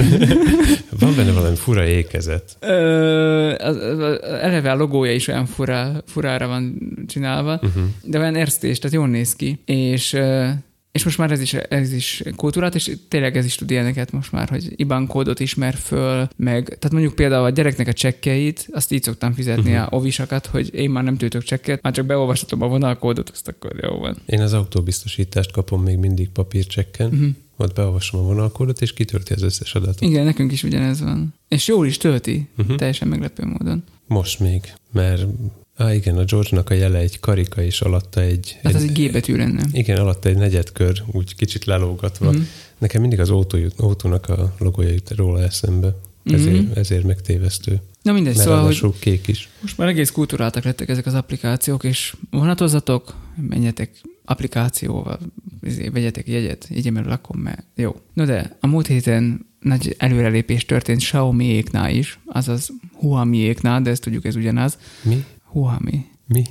Speaker 1: Van benne valami fura ékezet.
Speaker 2: Ö, az, az, eleve a logója is olyan fura, furára van csinálva, uh-huh. de olyan erstés, tehát jól néz ki. És, és most már ez is, ez is kultúrát, és tényleg ez is tud ilyeneket most már, hogy i bé á en kódot ismer föl, meg, tehát mondjuk például a gyereknek a csekkeit, azt így szoktam fizetni uh-huh. a ovisakat, hogy én már nem töltök csekket, már csak beolvashatom a vonalkódot, azt akkor jó van.
Speaker 1: Én az autóbiztosítást kapom még mindig papírcsekken, uh-huh. ott beolvasom a vonalkódot, és kitölti az összes adatot.
Speaker 2: Igen, nekünk is ugyanez van. És jól is tölti, uh-huh. teljesen meglepő módon.
Speaker 1: Most még, mert ah, igen, a George-nak a jele egy karika, és alatta egy...
Speaker 2: Hát
Speaker 1: egy,
Speaker 2: az egy G betű lenne.
Speaker 1: Igen, alatta egy negyedkör, úgy kicsit lelógatva. Mm. Nekem mindig az Autónak a logója jut róla eszembe. Ezért, mm-hmm. ezért megtévesztő.
Speaker 2: Na mindegy,
Speaker 1: mert
Speaker 2: szóval, hogy
Speaker 1: kék is.
Speaker 2: Most már egész kultúráltak lettek ezek az applikációk, és vonatozzatok, menjetek applikációval, vegyetek jegyet, jegyem el lakom, mert jó. No de a múlt héten nagy előrelépés történt Xiaomi-éknál is, azaz Huami-éknál, de ezt tudjuk, ez ugyanaz.
Speaker 1: Mi?
Speaker 2: Huami.
Speaker 1: Mi?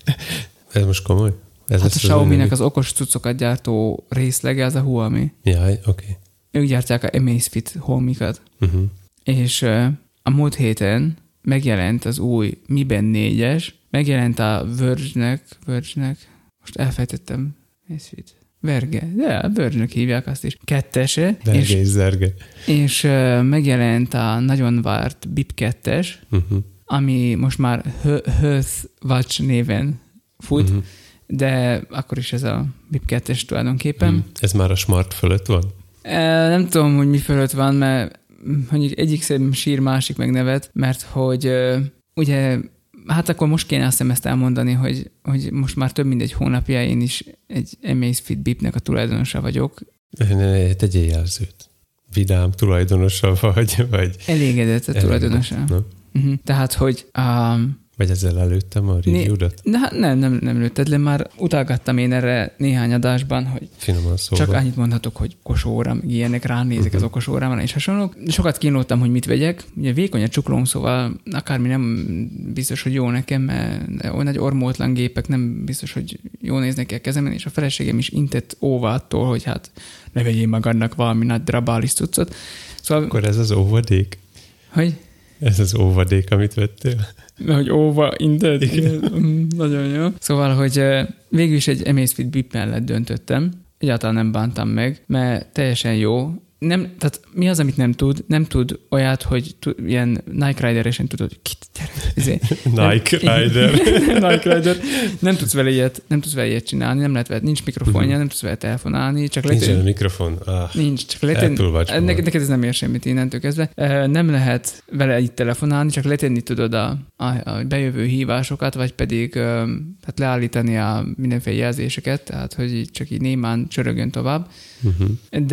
Speaker 1: Ez most komoly? Ez
Speaker 2: hát a Xiaomi-nek az okos cuccokat gyártó részlege, az a Huami.
Speaker 1: Jaj, oké. Okay.
Speaker 2: Ők gyártják a Amazfit Home-ikat.
Speaker 1: Uh-huh. És
Speaker 2: uh, a múlt héten megjelent az új Mi Band négyes, megjelent a Verge-nek, Verge-nek, most elfejtettem, Amazfit. Verge, de a Verge-nek hívják azt is. Kettese.
Speaker 1: Verge
Speaker 2: és,
Speaker 1: és zerge.
Speaker 2: És uh, megjelent a nagyon várt Bip kettes, uh-huh. ami most már Health Watch néven fut, uh-huh. de akkor is ez a Bip kettes tulajdonképpen. Uh-huh.
Speaker 1: Ez már a Smart fölött van?
Speaker 2: E, nem tudom, hogy mi fölött van, mert mondjuk egyik szem sír, másik meg nevet, mert hogy uh, ugye, hát akkor most kéne azt ezt elmondani, hogy, hogy most már több mint egy hónapja én is egy Amazfit Bipnek a tulajdonosa vagyok.
Speaker 1: Ne, ne, ne, tegyél jelzőt. Vidám tulajdonosa vagy, vagy...
Speaker 2: Elégedett a tulajdonosa. Uh-huh. Tehát, hogy... Um,
Speaker 1: vagy ezzel előttem a review-dat?
Speaker 2: Ne, nem, nem, nem lőtted le, már utalgattam én erre néhány adásban, hogy
Speaker 1: finoman szóval.
Speaker 2: Csak annyit mondhatok, hogy okos óra, ilyenek, ránézek uh-huh. az okos órámon, és hasonlók. Sokat kínlottam, hogy mit vegyek. Ugye vékony a csuklóm, szóval akármi nem biztos, hogy jó nekem, mert olyan nagy ormótlan gépek nem biztos, hogy jó néznek ki a kezemen, és a feleségem is intett óva attól, hogy hát ne vegyél magadnak valami nagy drabális cuccot. Szóval...
Speaker 1: Akkor ez az óvadék?
Speaker 2: Hogy?
Speaker 1: Ez az óvadék, amit vettél?
Speaker 2: Hogy óva, intett. Nagyon jó. Szóval, hogy végül is egy Amazfit Bip mellett döntöttem. Egyáltalán nem bántam meg, mert teljesen jó. Nem, tehát mi az, amit nem tud? Nem tud olyat, hogy tud, ilyen Nike Rider-esen tudod, hogy kit, gyere.
Speaker 1: Nike Rider.
Speaker 2: Nike Rider. Nem tudsz vele ilyet, nem tudsz vele ilyet csinálni, nem lehet vele, nincs mikrofonja, uh-huh. nem tudsz vele telefonálni. Csak
Speaker 1: nincs a mikrofon.
Speaker 2: Ah, nincs, csak letenni. Neked, neked ez nem ér semmit innentől kezdve. Nem lehet vele így telefonálni, csak letenni tudod a, a, a bejövő hívásokat, vagy pedig hát leállítani a mindenféle jelzéseket, tehát hogy így csak így némán csörögjön tovább. Uh-huh.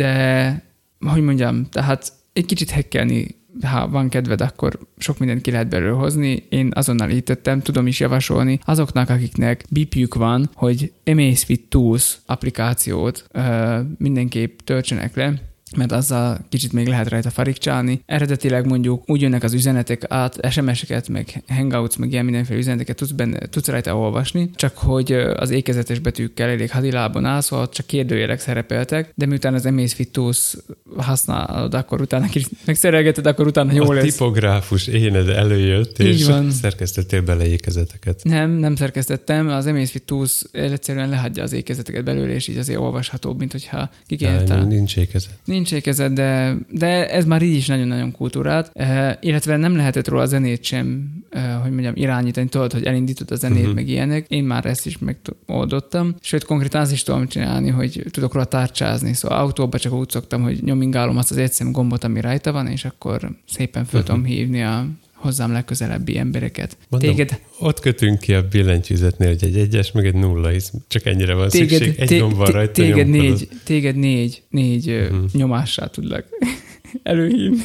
Speaker 2: De hogy mondjam, tehát egy kicsit hackelni, ha van kedved, akkor sok mindent ki lehet belőle hozni. Én azonnal így tettem, tudom is javasolni azoknak, akiknek bipjük van, hogy Amazfit Tools applikációt uh, mindenképp töltsenek le, mert azzal kicsit még lehet rajta farigcsálni. Eredetileg mondjuk úgy jönnek az üzenetek át, es em es-eket, meg hangouts, meg ilyen mindenféle üzeneteket tudsz, benne, tudsz rajta olvasni, csak hogy az ékezetes betűkkel elég hadilában áll, szóval csak kérdőjelek szerepeltek, de miután az Amazfit Tools használod, akkor utána kicsit megszerelgeted, akkor utána jó
Speaker 1: a
Speaker 2: lesz.
Speaker 1: A tipográfus éned előjött, így és van. Szerkesztettél bele ékezeteket.
Speaker 2: Nem, nem szerkesztettem, az Amazfit Tools egyszerűen lehagyja az ékezeteket belőle, és így azért olvashatóbb, mint hogyha kikérte.
Speaker 1: Nincs ékezet.
Speaker 2: Nincs ékezet, de, de ez már így is nagyon-nagyon kultúrált, uh, illetve nem lehetett róla a zenét sem, uh, hogy mondjam, irányítani, tudod, hogy elindítod a zenét, uh-huh. meg ilyenek. Én már ezt is megoldottam. Sőt, konkrétan azt is tudom csinálni, hogy tudok róla tárcsázni. Szóval autóba csak úgy szoktam, hogy nyomingálom azt az egyszem gombot, ami rajta van, és akkor szépen föl tudom uh-huh. hívni a hozzám legközelebbi embereket.
Speaker 1: Mondom, téged... ott kötünk ki a billentyűzetnél, hogy egy egyes, meg egy nulla, hisz csak ennyire van téged, szükség. Egy gomb van rajta,
Speaker 2: téged négy, téged négy, négy uh-huh. nyomással tudlak előhívni.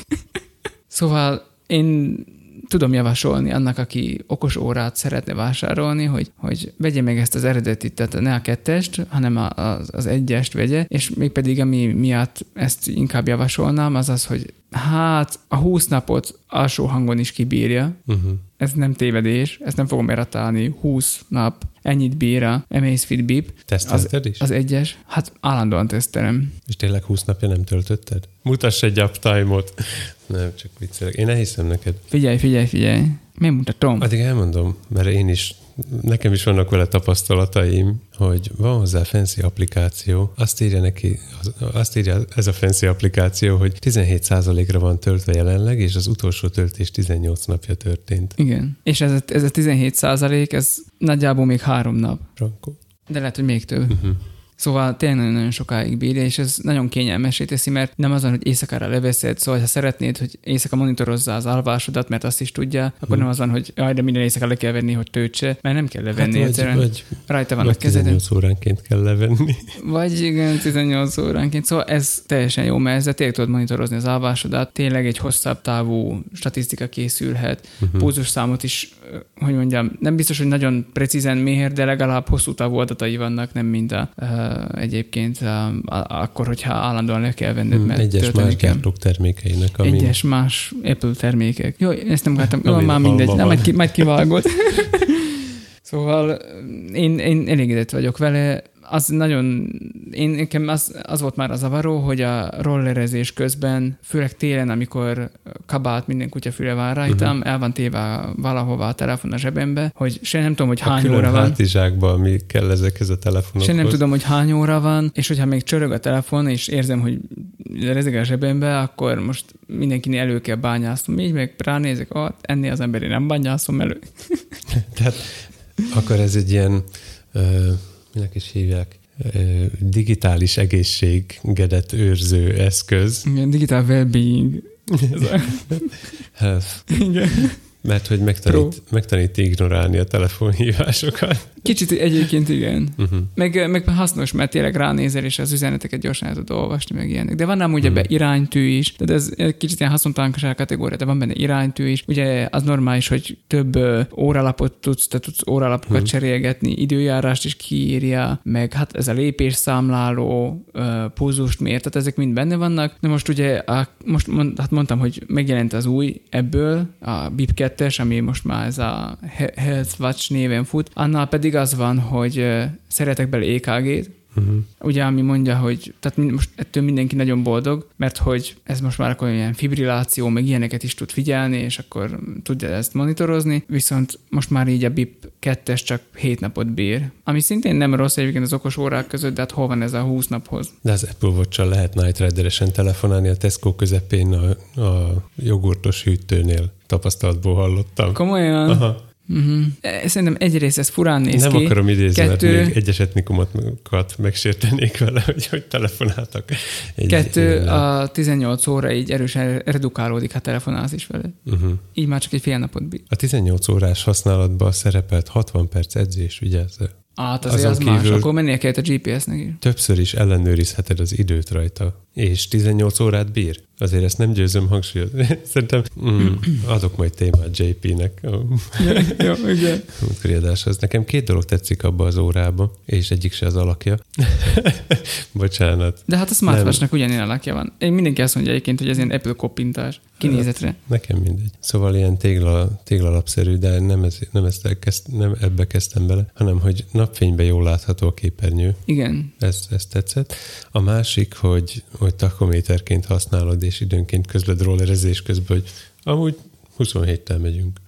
Speaker 2: Szóval én tudom javasolni annak, aki okos órát szeretne vásárolni, hogy, hogy vegye meg ezt az eredetit, tehát ne a kettest, hanem a, az, az egyest vegye, és mégpedig ami miatt ezt inkább javasolnám, az az, hogy hát a húsz napot alsó hangon is kibírja. Uh-huh. Ez nem tévedés, ezt nem fogom eratálni. húsz nap, ennyit bír a Amazfit Bip.
Speaker 1: Tesztelted is?
Speaker 2: Az egyes. Hát állandóan tesztelem.
Speaker 1: És tényleg húsz napja nem töltötted? Mutass egy uptime-ot. Nem, csak viccelek. Én elhiszem neked.
Speaker 2: Figyelj, figyelj, figyelj. Miért mutatom?
Speaker 1: Addig elmondom, mert én is, nekem is vannak vele tapasztalataim, hogy van hozzá fancy applikáció, azt írja neki, azt írja ez a fancy applikáció, hogy tizenhét százalékra van töltve jelenleg, és az utolsó töltés tizennyolc napja történt.
Speaker 2: Igen. És ez a, ez a tizenhét százalék, ez nagyjából még három nap.
Speaker 1: Frankó.
Speaker 2: De lehet, hogy még több. Uh-huh. Szóval tényleg nagyon-nagyon sokáig bírja, és ez nagyon kényelmessé teszi, mert nem azon, hogy éjszakára leveszed, szóval ha szeretnéd, hogy éjszaka monitorozza az alvásodat, mert azt is tudja, akkor hmm. nem azon, hogy jaj, de minden éjszaka le kell venni, hogy töltse, mert nem kell levenni hát egyszerűen. Vagy, rajta van
Speaker 1: vagy
Speaker 2: a kezeden.
Speaker 1: tizennyolc óránként kell levenni.
Speaker 2: Vagy igen, tizennyolc óránként. Szóval ez teljesen jó, mert ezzel tényleg tudod monitorozni az alvásodat, tényleg egy hosszabb távú statisztika készülhet, uh-huh. pulzusszámot is, hogy mondjam, nem biztos, hogy nagyon precízen mér, de legalább hosszú távú adatai vannak, nem mind a uh, egyébként uh, akkor, hogyha állandóan le kell venned, mert
Speaker 1: egyes más gyártók termékeinek.
Speaker 2: Amin... Egyes más Apple termékek. Jó, ezt nem akartam. Jó, már mindegy, nem, majd, ki, majd kivágod. Szóval én, én elégedett vagyok vele. Az nagyon, én, nekem az, az volt már a zavaró, hogy a rollerezés közben, főleg télen, amikor kabát minden kutya füle van rajtam, uh-huh. el van téve valahova a telefon a zsebembe, hogy se nem tudom, hogy hány
Speaker 1: a
Speaker 2: óra van. A
Speaker 1: hátizsákban mi kell ezekhez a telefonokhoz.
Speaker 2: Se nem tudom, hogy hány óra van, és hogyha még csörög a telefon, és érzem, hogy rezeg a zsebembe, akkor most mindenkinél elő kell bányásznom. Így meg ránézek, ah, ennél az emberi nem bányászom elő.
Speaker 1: Tehát akkor ez egy ilyen... Uh... minek is hívják, digitális egészségedet őrző eszköz.
Speaker 2: Igen, digital well-being.
Speaker 1: Health. Igen. Mert hogy megtanít, megtanít ignorálni a telefonhívásokat.
Speaker 2: Kicsit egyébként igen. Uh-huh. Meg, meg hasznos, mert tényleg ránézel, és az üzeneteket gyorsan el tud olvasni, meg ilyenek. De van ám ugye uh-huh. be iránytű is, de ez kicsit ilyen haszontalanság kategória, de van benne iránytű is. Ugye az normális, hogy több uh, óralapot tudsz, te tudsz óralapokat uh-huh. cserélgetni, időjárást is kiírja, meg hát ez a lépésszámláló, uh, pulzust mér, tehát ezek mind benne vannak. De most ugye, a, most mond, hát mondtam, hogy megjelent az új ebből, a Bip kettes, ami most már ez a Health Watch néven fut, annál pedig az van, hogy uh, szeretek bele é ká gét, uh-huh. ugye, ami mondja, hogy tehát most ettől mindenki nagyon boldog, mert hogy ez most már akkor ilyen fibrilláció, meg ilyeneket is tud figyelni, és akkor tudja ezt monitorozni, viszont most már így a Bip kettes csak hét napot bír. Ami szintén nem rossz egyébként az okos órák között, de hát hol van ez a húsz naphoz? De
Speaker 1: az Apple Watch-sal lehet Night Rider-esen telefonálni a Tesco közepén a, a jogurtos hűtőnél. Tapasztalatból hallottam.
Speaker 2: Komolyan? Aha. Uh-huh. Szerintem egyrészt ez furán néz
Speaker 1: Nem
Speaker 2: ki.
Speaker 1: Nem akarom idézni, Kettő... mert még egyes etnikumokat megsértenék vele, hogy, hogy telefonáltak.
Speaker 2: Egy Kettő, a tizennyolc óra így erősen redukálódik, ha telefonálsz is vele. Uh-huh. Így már csak egy fél napot bír.
Speaker 1: A tizennyolc órás használatban szerepelt hatvan perc edzés, vigyázz.
Speaker 2: Hát azért az más, akkor mennie kellett a gé pé es-nek is.
Speaker 1: Többször is ellenőrizheted az időt rajta, és tizennyolc órát bír. Azért ezt nem győzöm hangsúlyozni. Szerintem mm, adok majd témát jé pé-nek.
Speaker 2: Ja, jó, igen.
Speaker 1: Az nekem két dolog tetszik abba az órába, és egyik se az alakja. Bocsánat.
Speaker 2: De hát a Smartwatch-nak ugyanilyen alakja van. Én mindenki azt mondja egyébként, hogy ez ilyen Apple koppintás. Kinézetre.
Speaker 1: Nekem mindegy. Szóval ilyen tégla, téglalapszerű, de nem, ez, nem, ezt elkezd, nem ebbe kezdtem bele, hanem hogy napfényben jól látható a képernyő.
Speaker 2: Igen.
Speaker 1: Ez, ez tetszett. A másik, hogy, hogy tachométerként használod, és időnként közled rollerezés közben, hogy amúgy huszonhéttel megyünk.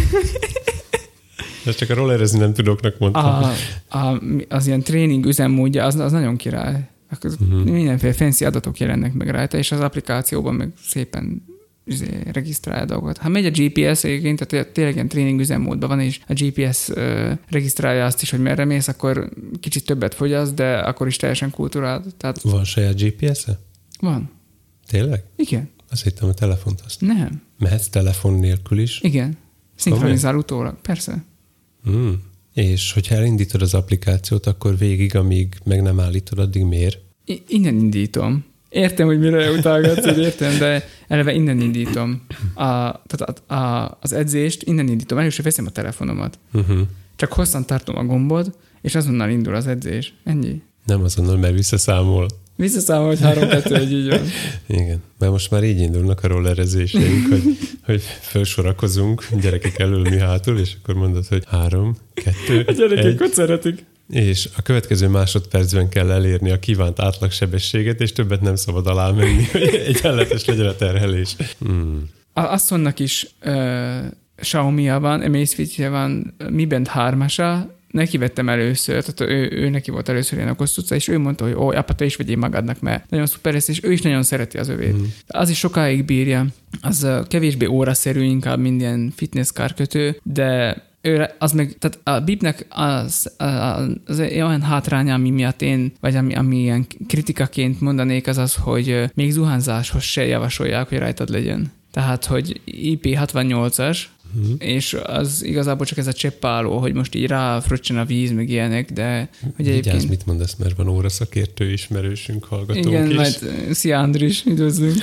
Speaker 1: De csak a rollerezni nem tudoknak mondtam.
Speaker 2: A, a, az ilyen tréning üzemmódja, az, az nagyon király. Uh-huh. Mindenféle fancy adatok jelennek meg rajta, és az applikációban meg szépen regisztrálja dolgokat. Ha megy a gé pé es egyébként, tehát tényleg ilyen tréning üzemmódban van, és a gé pé es uh, regisztrálja azt is, hogy merre mész, akkor kicsit többet fogyaszt, de akkor is teljesen kultúrált. Tehát...
Speaker 1: Van saját gé pé es-e?
Speaker 2: Van.
Speaker 1: Tényleg?
Speaker 2: Igen.
Speaker 1: Azt hittem a telefont azt.
Speaker 2: Nem.
Speaker 1: Mehetsz telefon nélkül is?
Speaker 2: Igen. Szinkronizál utólag, persze.
Speaker 1: Mm. És hogyha elindítod az applikációt, akkor végig, amíg meg nem állítod, addig miért?
Speaker 2: I- innen indítom. Értem, hogy mire utálgatsz, hogy értem, de eleve innen indítom. A, tehát a, a, az edzést innen indítom. Először veszem a telefonomat. Uh-huh. Csak hosszan tartom a gombot, és azonnal indul az edzés. Ennyi.
Speaker 1: Nem azonnal, mert visszaszámol.
Speaker 2: Visszaszámol, hogy három kettő egy így van.
Speaker 1: Igen, mert most már így indulnak a rollerezéseink, hogy, hogy felsorakozunk, gyerekek elől, mi hátul, és akkor mondod, hogy három, kettő,
Speaker 2: a gyerekek ott szeretik.
Speaker 1: És a következő másodpercben kell elérni a kívánt átlagsebességet, és többet nem szabad alá menni, hogy egyenletes legyen a terhelés. Hmm.
Speaker 2: Asszonynak is uh, Xiaomi-ja van, Amazfit-je van, Mi Band hármasa, neki vettem először, tehát ő, ő neki volt először ilyen okos cucca, és ő mondta, hogy ó, apa, te is vegyél magadnak, mert nagyon szuper ez, és ő is nagyon szereti az övét. Mm. Az is sokáig bírja, az kevésbé óraszerű, inkább minden fitness kárkötő, de ő, az meg, tehát a Bipnek az, az, az olyan hátránya, ami miatt én, vagy ami, ami ilyen kritikaként mondanék, az az, hogy még zuhányzáshoz se javasolják, hogy rajtad legyen. Tehát, hogy I P hatvannyolcas, uh-huh. és az igazából csak ez a cseppáló, hogy most így ráfröccsen a víz, meg ilyenek, de hogy
Speaker 1: egyébként...
Speaker 2: Vigyázz,
Speaker 1: mit mondasz, mert van óraszakértő ismerősünk, hallgatónk
Speaker 2: igen,
Speaker 1: is.
Speaker 2: majd szia Andris, üdvözlünk.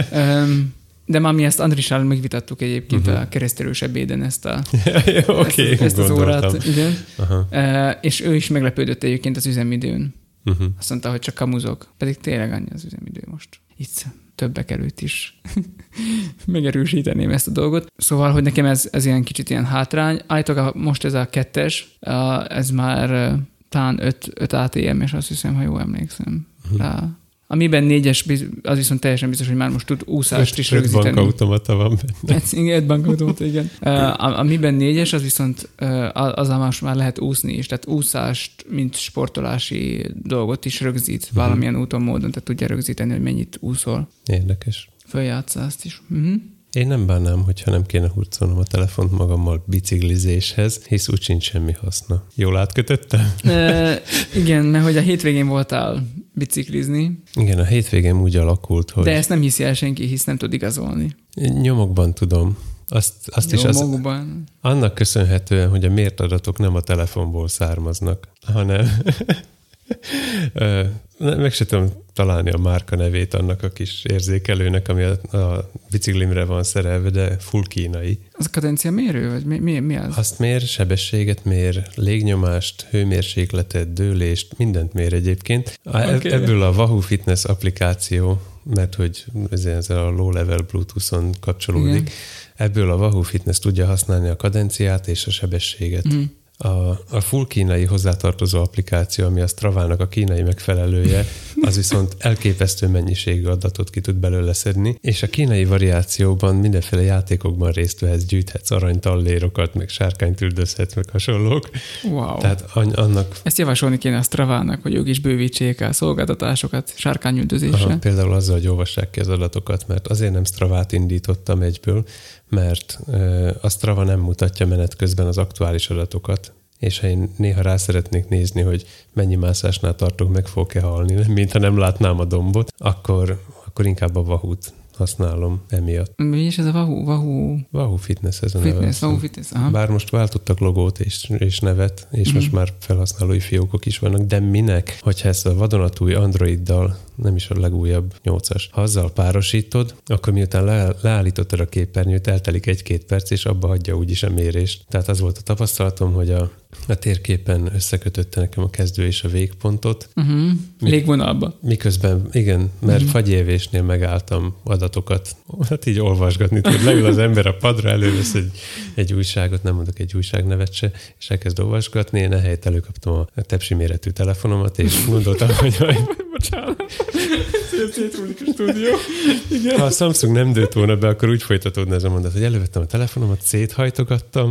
Speaker 2: um, de már mi ezt Andrissal megvitattuk egyébként uh-huh. a keresztelős ebéden ezt, a,
Speaker 1: okay,
Speaker 2: ezt, ezt az órát. Igen. Uh, és ő is meglepődött egyébként az üzemidőn.
Speaker 1: Uh-huh.
Speaker 2: Azt mondta, hogy csak kamuzok. Pedig tényleg annyi az üzemidő most. Itt többek előtt is megerősíteném ezt a dolgot. Szóval, hogy nekem ez, ez ilyen kicsit ilyen hátrány. Állítólag most ez a kettes, ez már talán öt á té em, és azt hiszem, ha jól emlékszem. Uh-huh. Rá. Amiben négyes, az viszont teljesen biztos, hogy már most tud úszást öt, is öt rögzíteni.
Speaker 1: Öt bankautomata van benne.
Speaker 2: Igen, öt bankautomata, igen. Uh, amiben négyes, az viszont uh, az most már lehet úszni is. Tehát úszást, mint sportolási dolgot is rögzít uh-huh. valamilyen úton, módon, tehát tudja rögzíteni, hogy mennyit úszol.
Speaker 1: Érdekes.
Speaker 2: Följátszál azt is. Uh-huh.
Speaker 1: Én nem bánnám, hogyha nem kéne hurcolnom a telefont magammal biciklizéshez, hisz úgy sincs semmi haszna. Jól átkötöttem?
Speaker 2: E, igen, mert hogy a hétvégén voltál biciklizni.
Speaker 1: Igen, a hétvégén úgy alakult, hogy...
Speaker 2: De ezt nem hiszi el senki, hisz nem tud igazolni.
Speaker 1: Nyomokban tudom. Azt, azt is az, annak köszönhetően, hogy a mért adatok nem a telefonból származnak, hanem... Meg se tudom találni a márka nevét annak a kis érzékelőnek, ami a, a biciklimre van szerelve, de full kínai.
Speaker 2: Az a kadencia mérő, vagy mi, mi, mi az?
Speaker 1: Azt mér, sebességet mér, légnyomást, hőmérsékletet, dőlést, mindent mér egyébként. Okay. Ebből a Wahoo Fitness applikáció, mert hogy ezzel a low level Bluetooth-on kapcsolódik, igen. Ebből a Wahoo Fitness tudja használni a kadenciát és a sebességet. Mm. A, a full kínai hozzátartozó applikáció, ami a Stravának a kínai megfelelője, az viszont elképesztő mennyiségű adatot ki tud belőle szedni, és a kínai variációban mindenféle játékokban részt vehetsz, gyűjthetsz aranytallérokat, meg sárkányt üldözhetsz, meg hasonlók.
Speaker 2: Wow.
Speaker 1: Tehát annak...
Speaker 2: Ezt javasolni kéne a Stravának, hogy ők is bővítsék el szolgáltatásokat sárkányüldözésre.
Speaker 1: Aha, például azzal, hogy olvassák ki az adatokat, mert azért nem Stravát indítottam egyből, mert a Strava nem mutatja menet közben az aktuális adatokat, és ha én néha rá szeretnék nézni, hogy mennyi mászásnál tartok, meg fogok-e halni, mintha nem látnám a dombot, akkor, akkor inkább a Wahoo-t használom emiatt.
Speaker 2: Mi is ez a Wahoo? Wahoo,
Speaker 1: Wahoo Fitness ez a
Speaker 2: fitness,
Speaker 1: neve.
Speaker 2: Wahoo Fitness, aha.
Speaker 1: Bár most váltottak logót és, és nevet, és mm-hmm. most már felhasználói fiókok is vannak, de minek, hogyha ezt a vadonatúj Androiddal, nem is a legújabb nyolcas, ha azzal párosítod, akkor miután le, leállítottad a képernyőt, eltelik egy-két perc, és abba hagyja úgyis a mérést. Tehát az volt a tapasztalatom, hogy a, a térképen összekötötte nekem a kezdő és a végpontot.
Speaker 2: Uh-huh. Légvonalba.
Speaker 1: Miközben, igen, mert uh-huh. fagyévésnél megálltam adatokat. Hát így olvasgatni, hogy leül az ember a padra, elővesz egy, egy újságot, nem mondok egy újságnevet se, és elkezd olvasgatni. Én ehelyett előkaptam a tepsi méretű telefonomat, és gondoltam, hogy
Speaker 2: bocsánat. Szétrúlik a stúdió.
Speaker 1: Igen. Ha a Samsung nem dőlt volna be, akkor úgy folytatódna ez a mondat, hogy elővettem a telefonomat, széthajtogattam.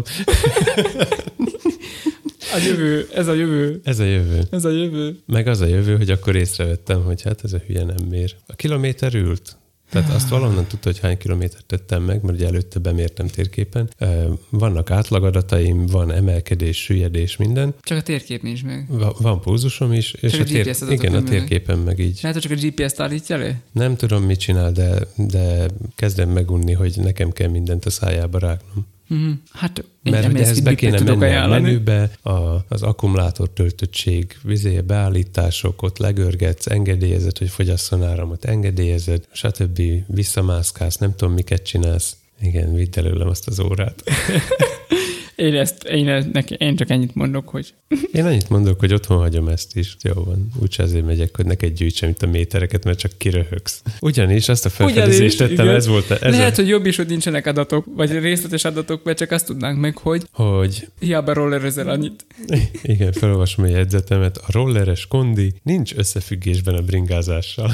Speaker 2: A jövő, ez a jövő.
Speaker 1: Ez a jövő.
Speaker 2: Ez a jövő.
Speaker 1: Meg az a jövő, hogy akkor észrevettem, hogy hát ez a hülye nem mér. A kilométer ült. Tehát azt valahonnan tudta, hogy hány kilométert tettem meg, mert ugye előtte bemértem térképen. Vannak átlagadataim, van emelkedés, süllyedés, minden.
Speaker 2: Csak a térkép nincs meg.
Speaker 1: Va- van pulzusom is, és
Speaker 2: csak
Speaker 1: a, tér- a igen, a térképen meg így.
Speaker 2: Lehet, hogy csak a gé pé es-t állítja le?
Speaker 1: Nem tudom, mit csinál, de, de kezdem megunni, hogy nekem kell mindent a szájába rágnom.
Speaker 2: Mm-hmm. Hát,
Speaker 1: mert hogy ehhez be kéne menni a menübe, a, az akkumulátor töltöttség, vizé, beállítások, ott legörgetsz, engedélyezed, hogy fogyasszon áramot, engedélyezed, stb. Visszamászkálsz, nem tudom, miket csinálsz. Igen, vidd előlem azt az órát.
Speaker 2: Én, ezt, én, neki, én csak ennyit mondok, hogy...
Speaker 1: Én annyit mondok, hogy otthon hagyom ezt is. Jó van. Úgyse azért megyek, hogy neked gyűjtsem itt a métereket, mert csak kiröhögsz. Ugyanis azt a felfedezést tettem, igen. ez volt... Ez
Speaker 2: Lehet,
Speaker 1: a...
Speaker 2: hogy jobb is, hogy nincsenek adatok, vagy részletes adatok, mert csak azt tudnánk meg, hogy...
Speaker 1: Hogy...
Speaker 2: Hiába rollerezel annyit.
Speaker 1: Igen, felolvasom a jegyzetemet. A rolleres kondi nincs összefüggésben a bringázással.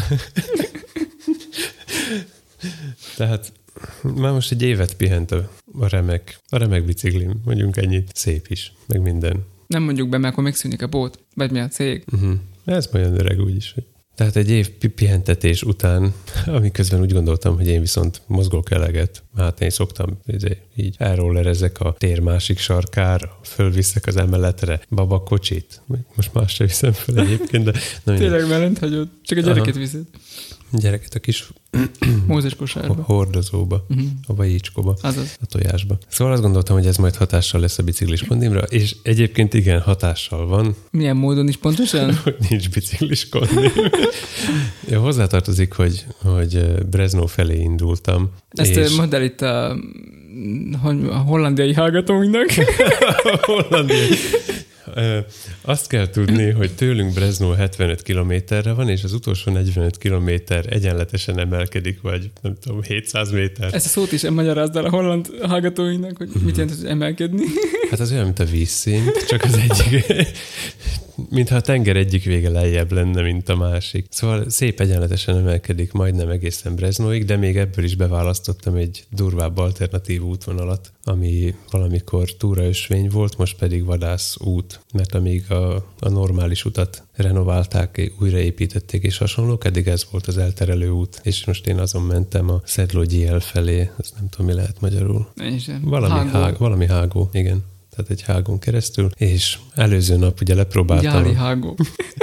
Speaker 1: Tehát... Már most egy évet pihent a, a remek, a remek biciklim, mondjunk ennyit. Szép is, meg minden.
Speaker 2: Nem mondjuk be, mert akkor megszűnik a bót, vagy mi a cég.
Speaker 1: Uh-huh. Ez olyan öreg úgyis. Tehát egy év pihentetés után, amiközben úgy gondoltam, hogy én viszont mozgok eleget. Hát én szoktam így elrollerezek a tér másik sarkára, fölviszek az emeletre babakocsit. Most más sem viszem fel egyébként, de...
Speaker 2: Tényleg mellent hagyod, csak a gyereket Aha. viszed.
Speaker 1: Gyereket a kis
Speaker 2: Mózes kosárba.
Speaker 1: Hordozóba, uh-huh. a vajicskóba,
Speaker 2: Azaz.
Speaker 1: a tojásba. Szóval azt gondoltam, hogy ez majd hatással lesz a biciklis kondimra, és egyébként igen, hatással van.
Speaker 2: Milyen módon is pontosan?
Speaker 1: Hogy nincs biciklis kondim. Ja, hozzátartozik, hogy, hogy Brezno felé indultam.
Speaker 2: Ezt és... mondd el itt a, a hollandiai hallgatóinknak.
Speaker 1: a hollandiai. Azt kell tudni, hogy tőlünk Brezno hetvenöt kilométerre van, és az utolsó negyvenöt kilométer egyenletesen emelkedik, vagy nem tudom, hétszáz méter.
Speaker 2: Ezt a szót is magyarázd el a holland hallgatóinak, hogy mit jelent, hogy emelkedni.
Speaker 1: Hát az olyan, mint a vízszint, csak az egyik, mintha a tenger egyik vége lejjebb lenne, mint a másik. Szóval szép egyenletesen emelkedik, majdnem egészen Breznoig, de még ebből is beválasztottam egy durvább alternatív útvonalat, ami valamikor túraösvény volt, most pedig vadász út, mert amíg a, a normális utat renoválták, újraépítették és hasonlók, eddig ez volt az elterelő út, és most én azon mentem a Sedló-Gyél felé, ezt nem tudom, mi lehet magyarul. Valami hágó. Hág, valami hágó, igen. Tehát egy hágon keresztül, és előző nap ugye lepróbáltam...
Speaker 2: Gyáli hágó.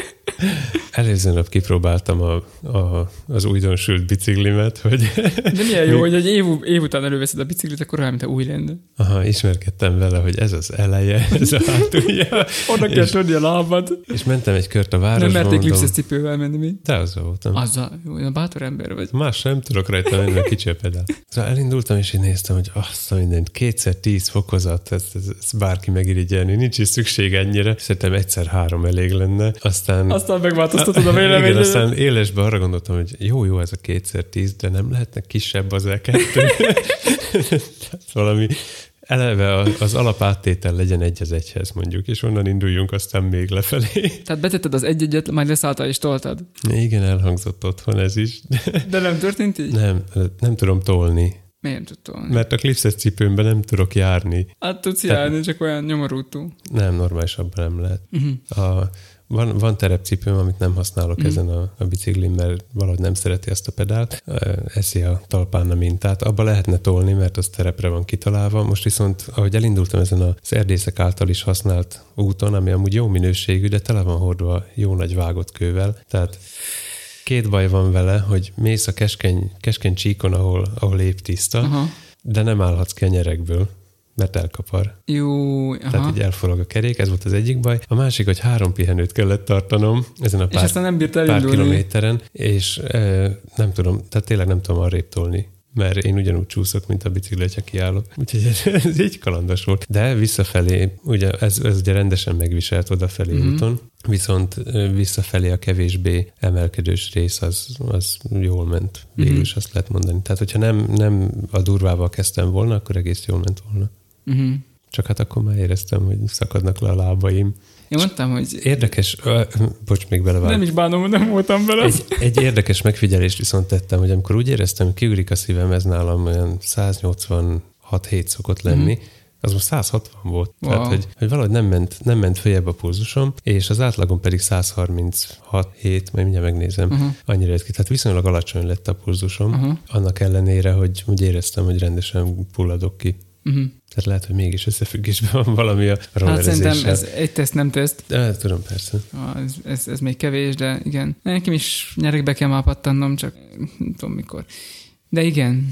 Speaker 1: Előző nap kipróbáltam a, a, az újdonsült biciklimet, hogy...
Speaker 2: De milyen jó, hogy egy év, év után előveszed a biciklit, akkor olyan, mint a új lenne.
Speaker 1: Aha, ismerkedtem vele, hogy ez az eleje, ez a hátulja.
Speaker 2: Oda kell tudni a lábad.
Speaker 1: És mentem egy kört a városban.
Speaker 2: Nem merték lipszes cipővel menni mi?
Speaker 1: Te azzal voltam.
Speaker 2: Azzal? Jó, én bátor ember vagy.
Speaker 1: Más nem tudok rajta menni, mert kicsi a pedál. Szóval elindultam, és én néztem, hogy azt a mindent, kétszer tíz fokozat, ezt, ezt, ezt bárki megirigyelni, nincs is szükség ennyire. Szerintem egyszer három elég lenne. Aztán...
Speaker 2: Aztán megváltoztatod a véleményedet.
Speaker 1: Igen, aztán élesben arra gondoltam, hogy jó, jó ez a kétszer tíz, de nem lehetne kisebb az E kettő. Valami eleve az alapáttétel legyen egy az egyhez mondjuk, és onnan induljunk aztán még lefelé.
Speaker 2: Tehát betetted az egy-egyet, majd leszálltál és toltad.
Speaker 1: Igen, elhangzott otthon ez is.
Speaker 2: De nem történt így? Nem,
Speaker 1: nem tudom tolni.
Speaker 2: Miért nem tud tolni?
Speaker 1: Mert a klipszes cipőmben nem tudok járni.
Speaker 2: Hát tudsz járni, Tehát... csak olyan nyomorútú.
Speaker 1: Nem, normálisabban nem lehet. Uh-huh. A Van, van terepcipőm, amit nem használok mm. ezen a, a biciklin, mert valahogy nem szereti ezt a pedált. Eszi a talpán a mintát. Abba lehetne tolni, mert az terepre van kitalálva. Most viszont, ahogy elindultam ezen az erdészek által is használt úton, ami amúgy jó minőségű, de tele van hordva jó nagy vágott kővel. Tehát két baj van vele, hogy mész a keskeny, keskeny csíkon, ahol, ahol épp tiszta, aha. de nem állhatsz ki a nyerekből, mert elkapar.
Speaker 2: Jó, aha.
Speaker 1: Tehát így elforog a kerék, ez volt az egyik baj. A másik, hogy három pihenőt kellett tartanom ezen a pár,
Speaker 2: és aztán nem bírt
Speaker 1: pár kilométeren, és e, nem tudom, tehát tényleg nem tudom arrébb tolni, mert én ugyanúgy csúszok, mint a bicikli, ha kiállok. Úgyhogy ez, ez így kalandos volt. De visszafelé, ugye ez, ez ugye rendesen megviselt odafelé mm-hmm. úton, viszont visszafelé a kevésbé emelkedős rész az, az jól ment. Végül mm-hmm. is azt lehet mondani. Tehát, hogyha nem, nem a durvával kezdtem volna, akkor egész jól ment volna. Uh-huh. Csak hát akkor már éreztem, hogy szakadnak le a lábaim.
Speaker 2: Én mondtam, hogy...
Speaker 1: Érdekes, uh, bocs, még belevág.
Speaker 2: Nem is bánom, hogy nem voltam vele.
Speaker 1: Egy, egy érdekes megfigyelést viszont tettem, hogy amikor úgy éreztem, hogy kiürik a szívem, ez nálam olyan száz nyolcvanhat hét szokott lenni, uh-huh. az most száz hatvan volt. Wow. Tehát, hogy, hogy valahogy nem ment, nem ment följebb a pulzusom, és az átlagon pedig száz harminchat hét, majd mindjárt megnézem, uh-huh. annyira jött ki. Tehát viszonylag alacsony lett a pulzusom, uh-huh. annak ellenére, hogy úgy éreztem, hogy rendesen fulladok ki. Uh-huh. Tehát lehet, hogy mégis összefüggésben van valami a rollerezéssel.
Speaker 2: Hát szerintem ez egy teszt, nem teszt.
Speaker 1: De, tudom, persze.
Speaker 2: Ez, ez, ez még kevés, de igen. Nekem is nyerekbe kell már pattannom, csak nem tudom mikor. De igen,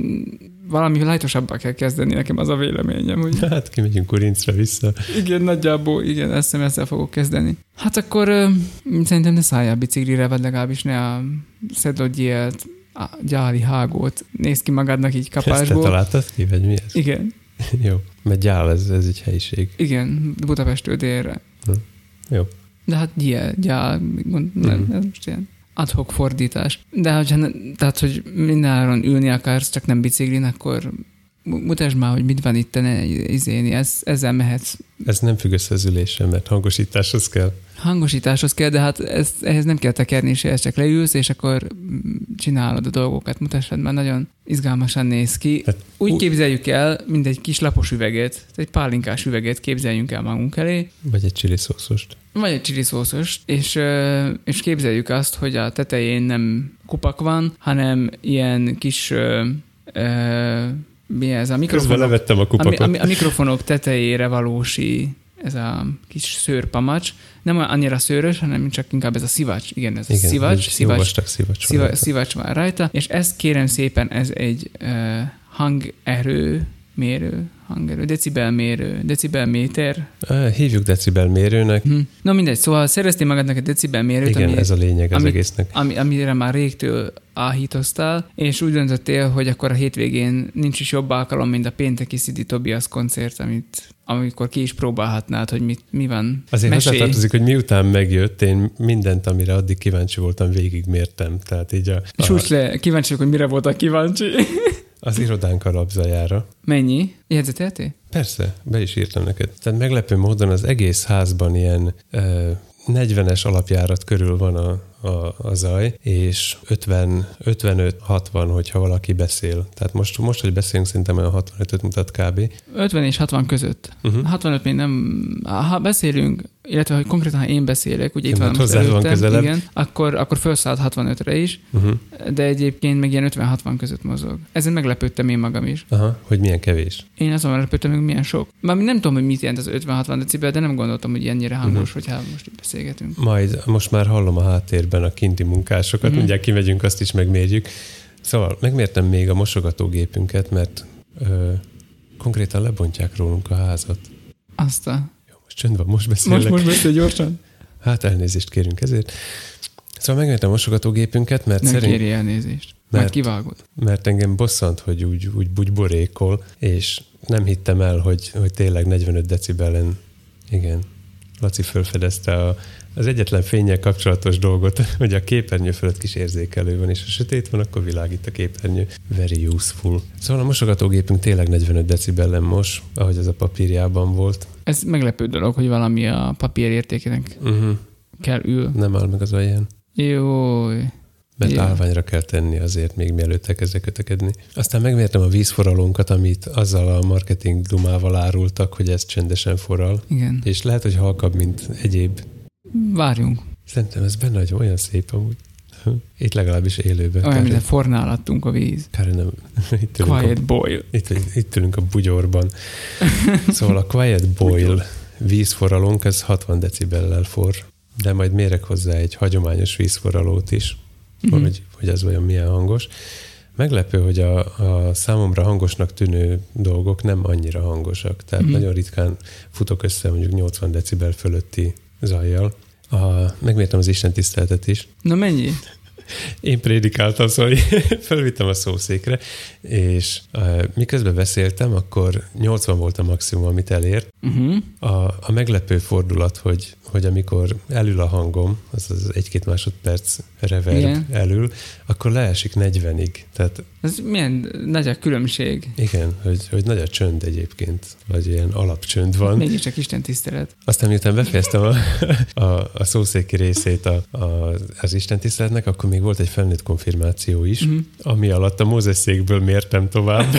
Speaker 2: valami lájtosabbá kell kezdeni, nekem az a véleményem. Hogy...
Speaker 1: Hát kimegyünk Kurincra vissza.
Speaker 2: Igen, nagyjából, igen, ezt hiszem, ezzel fogok kezdeni. Hát akkor szerintem ne szálljál biciklire, vagy legalábbis ne a Sedló-Gyélt, a Gyáli hágót nézd ki magadnak így kapásból.
Speaker 1: Ezt te találtad ki, vagy mi ez?
Speaker 2: Igen.
Speaker 1: Jó, mert Gyál, ez, ez egy helyiség.
Speaker 2: Igen, Budapestről délre.
Speaker 1: Hm. Jó.
Speaker 2: De hát Gyél, Gyál, mond, mm. nem, ez most ilyen ad hoc fordítás. De hogyha ne, tehát, hogy mindenáron ülni akarsz, csak nem biciklin, akkor mutasd már, hogy mit van itt, ne izéni, ez, ezzel mehetsz. Ez
Speaker 1: nem függ össze az üléssel, mert hangosításhoz kell.
Speaker 2: Hangosításhoz kell, de hát ez, ehhez nem kell tekerni, és ehhez csak leülsz, és akkor csinálod a dolgokat, mutassad, már nagyon izgalmasan néz ki. Hát, Úgy ú- képzeljük el, mint egy kis lapos üveget, egy pálinkás üveget képzeljünk el magunk elé.
Speaker 1: Vagy egy csiliszószost.
Speaker 2: Vagy egy csiliszószost, és, és képzeljük azt, hogy a tetején nem kupak van, hanem ilyen kis... Ö, ö, mi ez? A mikrofonok,
Speaker 1: levettem a kupakot.
Speaker 2: A, a, a mikrofonok tetejére valósi ez a kis szőrpamacs. Nem annyira szőrös, hanem csak inkább ez a szivacs. Igen, ez
Speaker 1: Igen,
Speaker 2: a szivacs. Szivacs,
Speaker 1: szivacs,
Speaker 2: szivacs, szivacs van rajta. És ez kérem szépen, ez egy uh, hangerő mérő, hangerő, decibelmérő, decibelméter.
Speaker 1: Hívjuk decibelmérőnek.
Speaker 2: Hmm. No mindegy, szóval szereztél magadnak egy decibelmérőt.
Speaker 1: Igen, ami, ez a lényeg az
Speaker 2: amit,
Speaker 1: egésznek.
Speaker 2: Ami, amire már régtől áhítoztál, és úgy döntöttél, hogy akkor a hétvégén nincs is jobb alkalom, mint a pénteki Szidi Tobias koncert, amit amikor ki is próbálhatnád, hogy mit, mi van.
Speaker 1: Azért
Speaker 2: Mesélj.
Speaker 1: hozzátartozik, hogy miután megjött, én mindent, amire addig kíváncsi voltam, végigmértem. Tehát így a... a
Speaker 2: Sús le, kíváncsi hogy mire voltak kíváncsi.
Speaker 1: Az irodánk alapzajára.
Speaker 2: Mennyi? Jegyzeteltél?
Speaker 1: Persze, be is írtam neked. Tehát meglepő módon az egész házban ilyen uh, negyvenes alapjárat körül van a, a, a zaj, és ötven, ötvenöt hatvan, hogyha valaki beszél. Tehát most, most hogy beszélünk, szerintem olyan hatvanötöt mutat kb.
Speaker 2: ötven és hatvan között. Uh-huh. hatvanöt még nem... Ha beszélünk, illetve hogy konkrétan, ha én beszélek, ugye itt van most előttem, igen, akkor, akkor felszállt hatvanötre is, uh-huh. de egyébként meg ilyen ötven-hatvan között mozog. Ezen meglepődtem én magam is.
Speaker 1: Aha, hogy milyen kevés.
Speaker 2: Én azon meglepődtem, hogy milyen sok. Már nem tudom, hogy mit jelent az ötven-hatvan decibel, de nem gondoltam, hogy ennyire hangos, uh-huh. hogyha most itt beszélgetünk.
Speaker 1: Majd most már hallom a háttérben a kinti munkásokat, uh-huh. mindjárt kimegyünk, azt is megmérjük. Szóval megmértem még a mosogatógépünket, mert ö, konkrétan lebontják rólunk a házat.
Speaker 2: Azt a...
Speaker 1: Csönd van, most beszélek.
Speaker 2: Most, most beszélj gyorsan.
Speaker 1: Hát elnézést kérünk ezért. Szóval megvettem a mosogatógépünket, mert
Speaker 2: nem
Speaker 1: szerint...
Speaker 2: Nem kéri elnézést. Mert kivágod.
Speaker 1: Mert engem bosszant, hogy úgy, úgy bugyborékol, és nem hittem el, hogy, hogy tényleg negyvenöt decibelen, igen, Laci felfedezte a, az egyetlen fénnyel kapcsolatos dolgot, hogy a képernyő fölött kis érzékelő van, és ha sötét van, akkor világít a képernyő. Very useful. Szóval a mosogatógépünk tényleg negyvenöt decibelen mos, ahogy az a papírjában volt.
Speaker 2: Ez meglepő dolog, hogy valami a papír értékének uh-huh. kell ül.
Speaker 1: Nem áll meg az alján.
Speaker 2: Jój.
Speaker 1: Mert
Speaker 2: Jó.
Speaker 1: állványra kell tenni azért, még mielőtt elkezdek kötekedni. Aztán megmértem a vízforralónkat, amit azzal a marketing dumával árultak, hogy ez csendesen forral.
Speaker 2: Igen.
Speaker 1: És lehet, hogy halkabb, mint egyéb.
Speaker 2: Várjunk.
Speaker 1: Szerintem ez benne nagyon olyan szép amúgy. Itt legalábbis élőben.
Speaker 2: Olyan, mintha fornálattunk a víz.
Speaker 1: Kár nem. Itt
Speaker 2: Quiet
Speaker 1: a,
Speaker 2: boil.
Speaker 1: Itt, itt ülünk a bugyorban. Szóval a Quiet boil vízforralónk, ez hatvan decibellel forr, de majd mérek hozzá egy hagyományos vízforralót is, mm-hmm. hogy, hogy ez olyan milyen hangos. Meglepő, hogy a, a számomra hangosnak tűnő dolgok nem annyira hangosak. Tehát mm-hmm. nagyon ritkán futok össze mondjuk nyolcvan decibel fölötti zajjal. A, megmértem az istentiszteletet is.
Speaker 2: Na mennyi?
Speaker 1: Én prédikáltam, szóval felvittem a szószékre, és uh, miközben beszéltem, akkor nyolcvan volt a maximum, amit elért. Uh-huh. A, a meglepő fordulat, hogy, hogy amikor elül a hangom, az az egy-két másodperc reverb igen. elül, akkor leesik negyvenig. Tehát,
Speaker 2: ez milyen nagy a különbség.
Speaker 1: Igen, hogy, hogy nagy a csönd egyébként, vagy ilyen alapcsönd van.
Speaker 2: Mégiscsak Isten tisztelet.
Speaker 1: Aztán miután befejeztem a, a, a szószéki részét a, a, az Isten tiszteletnek, akkor még volt egy felnőtt konfirmáció is, uh-huh. ami alatt a Mózesszékből mértem tovább.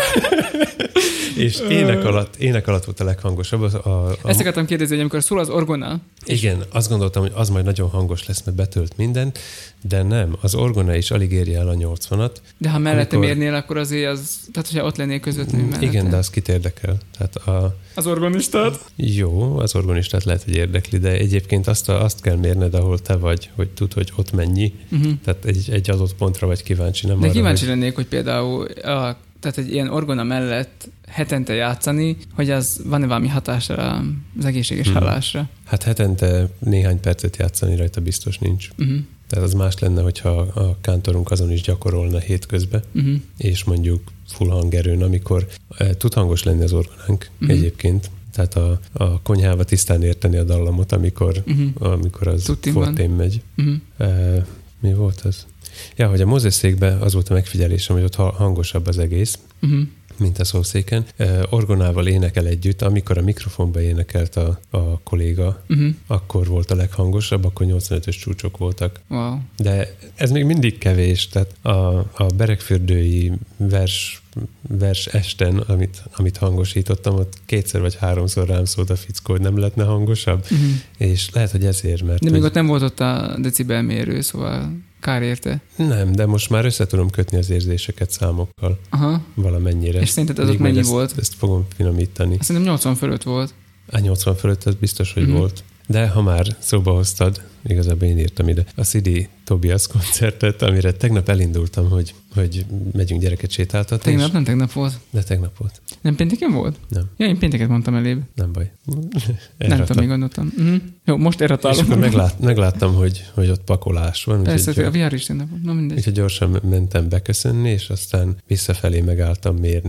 Speaker 1: És ének alatt, ének alatt volt a leghangosabb. A, a, a...
Speaker 2: Ezt akartam kérdezni, hogy amikor szól az orgona...
Speaker 1: Igen, azt gondoltam, hogy az majd nagyon hangos lesz, mert betölt mindent, de nem, az orgona is alig érje el a nyolcvanat.
Speaker 2: De ha mellette
Speaker 1: amikor...
Speaker 2: mérnél, akkor azért az... Tehát, hogyha ott lennél közvetlenül mellette.
Speaker 1: Igen, de az kit érdekel. Tehát a...
Speaker 2: Az organistát?
Speaker 1: Jó, az organistát lehet, hogy érdekli, de egyébként azt, a, azt kell mérned, ahol te vagy, hogy tudd, hogy ott mennyi. Uh-huh. Tehát egy, egy adott pontra vagy kíváncsi. Nem
Speaker 2: de
Speaker 1: arra,
Speaker 2: kíváncsi
Speaker 1: hogy...
Speaker 2: lennék, hogy például a, tehát egy ilyen orgona mellett hetente játszani, hogy az van-e valami hatásra az egészséges uh-huh. hallásra?
Speaker 1: Hát hetente néhány percet játszani rajta biztos nincs. Uh-huh. Tehát az más lenne, hogyha a kántorunk azon is gyakorolna hétközben, uh-huh. és mondjuk full hangerőn, amikor e, tud hangos lenni az orgonánk uh-huh. egyébként. Tehát a, a konyhába tisztán érteni a dallamot, amikor, uh-huh. amikor az fortén megy. Uh-huh. E, mi volt az? Ja, hogy a Mózesszékben az volt a megfigyelésem, hogy ott hangosabb az egész, uh-huh. mint a szószéken. E, orgonával énekel együtt, amikor a mikrofonba énekelt a, a kolléga, uh-huh. akkor volt a leghangosabb, akkor nyolcvanötös csúcsok voltak.
Speaker 2: Wow.
Speaker 1: De ez még mindig kevés, tehát a, a beregfürdői vers, vers esten, amit, amit hangosítottam, ott kétszer vagy háromszor rám szólt a fickó, hogy nem lehetne hangosabb, uh-huh. és lehet, hogy ezért, mert...
Speaker 2: De még ott nem volt ott a decibelmérő, szóval kár érte.
Speaker 1: Nem, de most már össze tudom kötni az érzéseket számokkal. Aha. Valamennyire.
Speaker 2: És szerinted azok mennyi
Speaker 1: ezt,
Speaker 2: volt?
Speaker 1: Ezt fogom finomítani.
Speaker 2: Azt szerintem nyolcvan fölött volt.
Speaker 1: A nyolcvan fölött az biztos, hogy mm-hmm. volt. De ha már szóba hoztad, igazából én írtam ide, a Szidi Tobias koncertet, amire tegnap elindultam, hogy, hogy megyünk gyereket sétáltatni.
Speaker 2: Tegnap nem tegnap volt.
Speaker 1: De tegnap volt.
Speaker 2: Nem pénteken volt?
Speaker 1: Nem.
Speaker 2: Ja, én pénteket mondtam elébb.
Speaker 1: Nem baj.
Speaker 2: Nem tudom, még gondoltam. Uh-huh. Jó, most erratálom.
Speaker 1: És akkor meglát, megláttam, hogy, hogy ott pakolás van.
Speaker 2: Persze, a vihar is tegnap volt. Na mindegy.
Speaker 1: Úgyhogy gyorsan mentem beköszönni, és aztán visszafelé megálltam mérni is.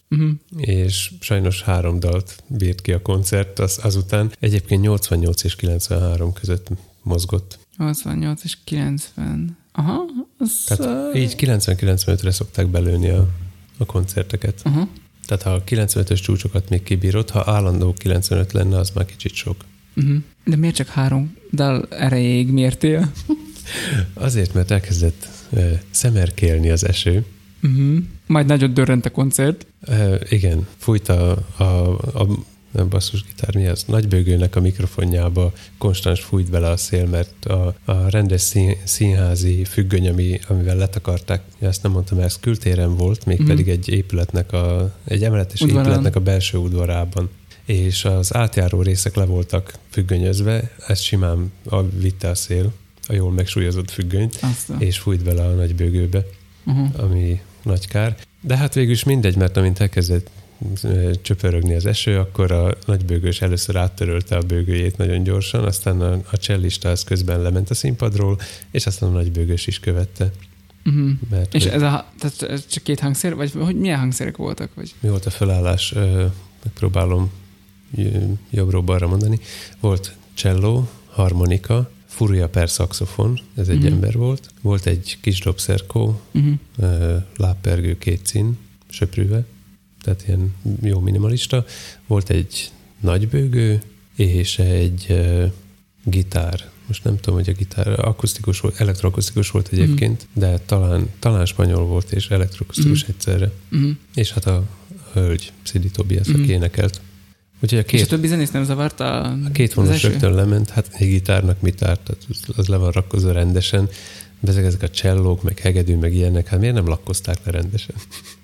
Speaker 2: Uh-huh.
Speaker 1: És sajnos három dalt bírt ki a koncert, az, azután egyébként nyolcvannyolc és kilencvenhárom között mozgott.
Speaker 2: nyolcvannyolc és kilencven. Aha. Az,
Speaker 1: Tehát uh... így kilencven-kilencvenötre szokták belőni a, a koncerteket.
Speaker 2: Uh-huh.
Speaker 1: Tehát ha a kilencvenötös csúcsokat még kibírod, ha állandó kilencvenöt lenne, az már kicsit sok.
Speaker 2: Uh-huh. De miért csak három dal erejéig mértél?
Speaker 1: Azért, mert elkezdett uh, szemerkélni az eső.
Speaker 2: Uh-huh. Majd nagyot dörrent a koncert.
Speaker 1: Uh, igen, fújt a, a, a, a basszusgitár, mi az? Nagybőgőnek a mikrofonjába konstans fújt bele a szél, mert a, a rendes szín, színházi függöny, ami, amivel letakarták, ezt nem mondtam, ez kültéren volt, még uh-huh. pedig egy épületnek, a, egy emeletes Udvarán. épületnek a belső udvarában. És az átjáró részek le voltak függönyözve, ezt simán vitte a szél, a jól megsúlyozott függönyt,
Speaker 2: Aztán.
Speaker 1: és fújt bele a nagybőgőbe, uh-huh. ami nagy kár. De hát végül is mindegy, mert amint elkezdett csöpörögni az eső, akkor a nagybőgős először áttörölte a bőgőjét nagyon gyorsan, aztán a, a csellista az közben lement a színpadról, és aztán a nagybőgős is követte.
Speaker 2: Uh-huh.
Speaker 1: Mert,
Speaker 2: és
Speaker 1: hogy,
Speaker 2: ez, a, tehát ez csak két hangszer, vagy hogy milyen hangszerek voltak? Vagy?
Speaker 1: Mi volt a felállás? Megpróbálom jobbról-balra mondani. Volt cselló, harmonika, fúria per szaxofon, ez egy uh-huh. ember volt. Volt egy kis dobszerkó, uh-huh. lábpergő, két szín, söprűve, tehát ilyen jó minimalista. Volt egy nagybőgő, és egy uh, gitár. Most nem tudom, hogy a gitár akusztikus volt, elektroakusztikus volt egyébként, uh-huh. de talán, talán spanyol volt, és elektroakusztikus uh-huh. egyszerre. Uh-huh. És hát a, a hölgy, Szidi Tobias, uh-huh. aki énekelt. Úgyhogy a két,
Speaker 2: és a többi zenész nem zavarta a,
Speaker 1: a két vonos rögtön lement, hát egy gitárnak mit árt, tehát az le van rakkozva rendesen, de ezek, ezek a csellók, meg hegedű, meg ilyenek, hát miért nem lakkozták le rendesen?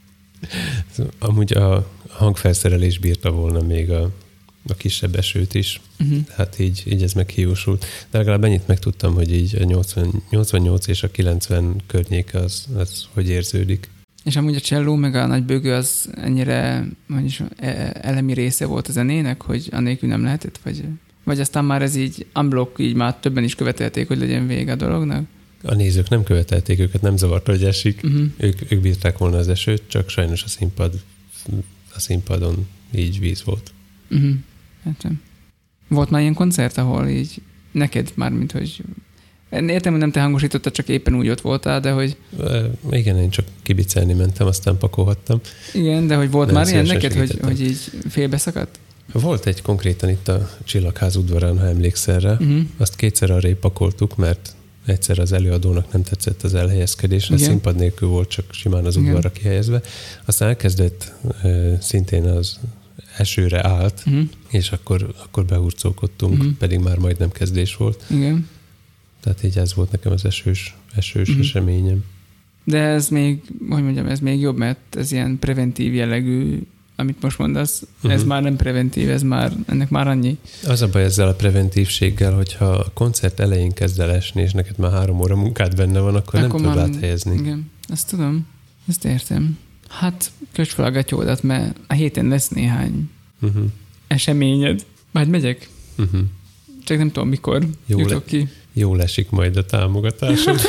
Speaker 1: Amúgy a hangfelszerelés bírta volna még a, a kisebb esőt is, uh-huh. hát így, így ez meghiúsult. De legalább ennyit megtudtam, hogy így a nyolcvan, nyolcvannyolc és a kilencven környéke az, az hogy érződik.
Speaker 2: És amúgy a cselló meg a nagybőgő az ennyire is, elemi része volt a zenének, hogy annélkül nem lehetett? Vagy, vagy aztán már ez így unblock, így már többen is követelték, hogy legyen vége a dolognak?
Speaker 1: A nézők nem követelték, őket nem zavarta, hogy esik. Uh-huh. Ők, ők bírták volna az esőt, csak sajnos a színpad, a színpadon így víz volt.
Speaker 2: Uh-huh. Hát, volt már ilyen koncert, ahol így neked már, mint hogy értem, hogy nem te hangosítottad, csak éppen úgy ott voltál, de hogy... E,
Speaker 1: igen, én csak kibicelni mentem, aztán pakolhattam.
Speaker 2: Igen, de hogy volt nem, már ilyen neked, hogy, hogy így félbeszakadt?
Speaker 1: Volt egy konkrétan itt a Csillagház udvarán, ha emlékszel rá. Uh-huh. Azt kétszer arrébb pakoltuk, mert egyszer az előadónak nem tetszett az elhelyezkedés, a színpad nélkül volt, csak simán az udvarra igen. kihelyezve. Aztán elkezdett e, szintén az esőre állt, uh-huh. és akkor, akkor behurcolkodtunk, uh-huh. pedig már majdnem kezdés volt.
Speaker 2: Igen.
Speaker 1: Tehát így ez volt nekem az esős, esős uh-huh. eseményem.
Speaker 2: De ez még, hogy mondjam, ez még jobb, mert ez ilyen preventív jellegű, amit most mondasz, uh-huh. ez már nem preventív, ez már, ennek már annyi.
Speaker 1: Az a baj ezzel a preventívséggel, hogyha a koncert elején kezd el esni, és neked már három óra munkád benne van, akkor, akkor nem tudod áthelyezni.
Speaker 2: Igen, ezt tudom, ezt értem. Hát, kösd fel a gatyódat, mert a héten lesz néhány uh-huh. eseményed. Majd megyek. Uh-huh. Csak nem tudom, mikor
Speaker 1: Jól
Speaker 2: jutok
Speaker 1: le-
Speaker 2: ki.
Speaker 1: Jól esik majd a támogatásod.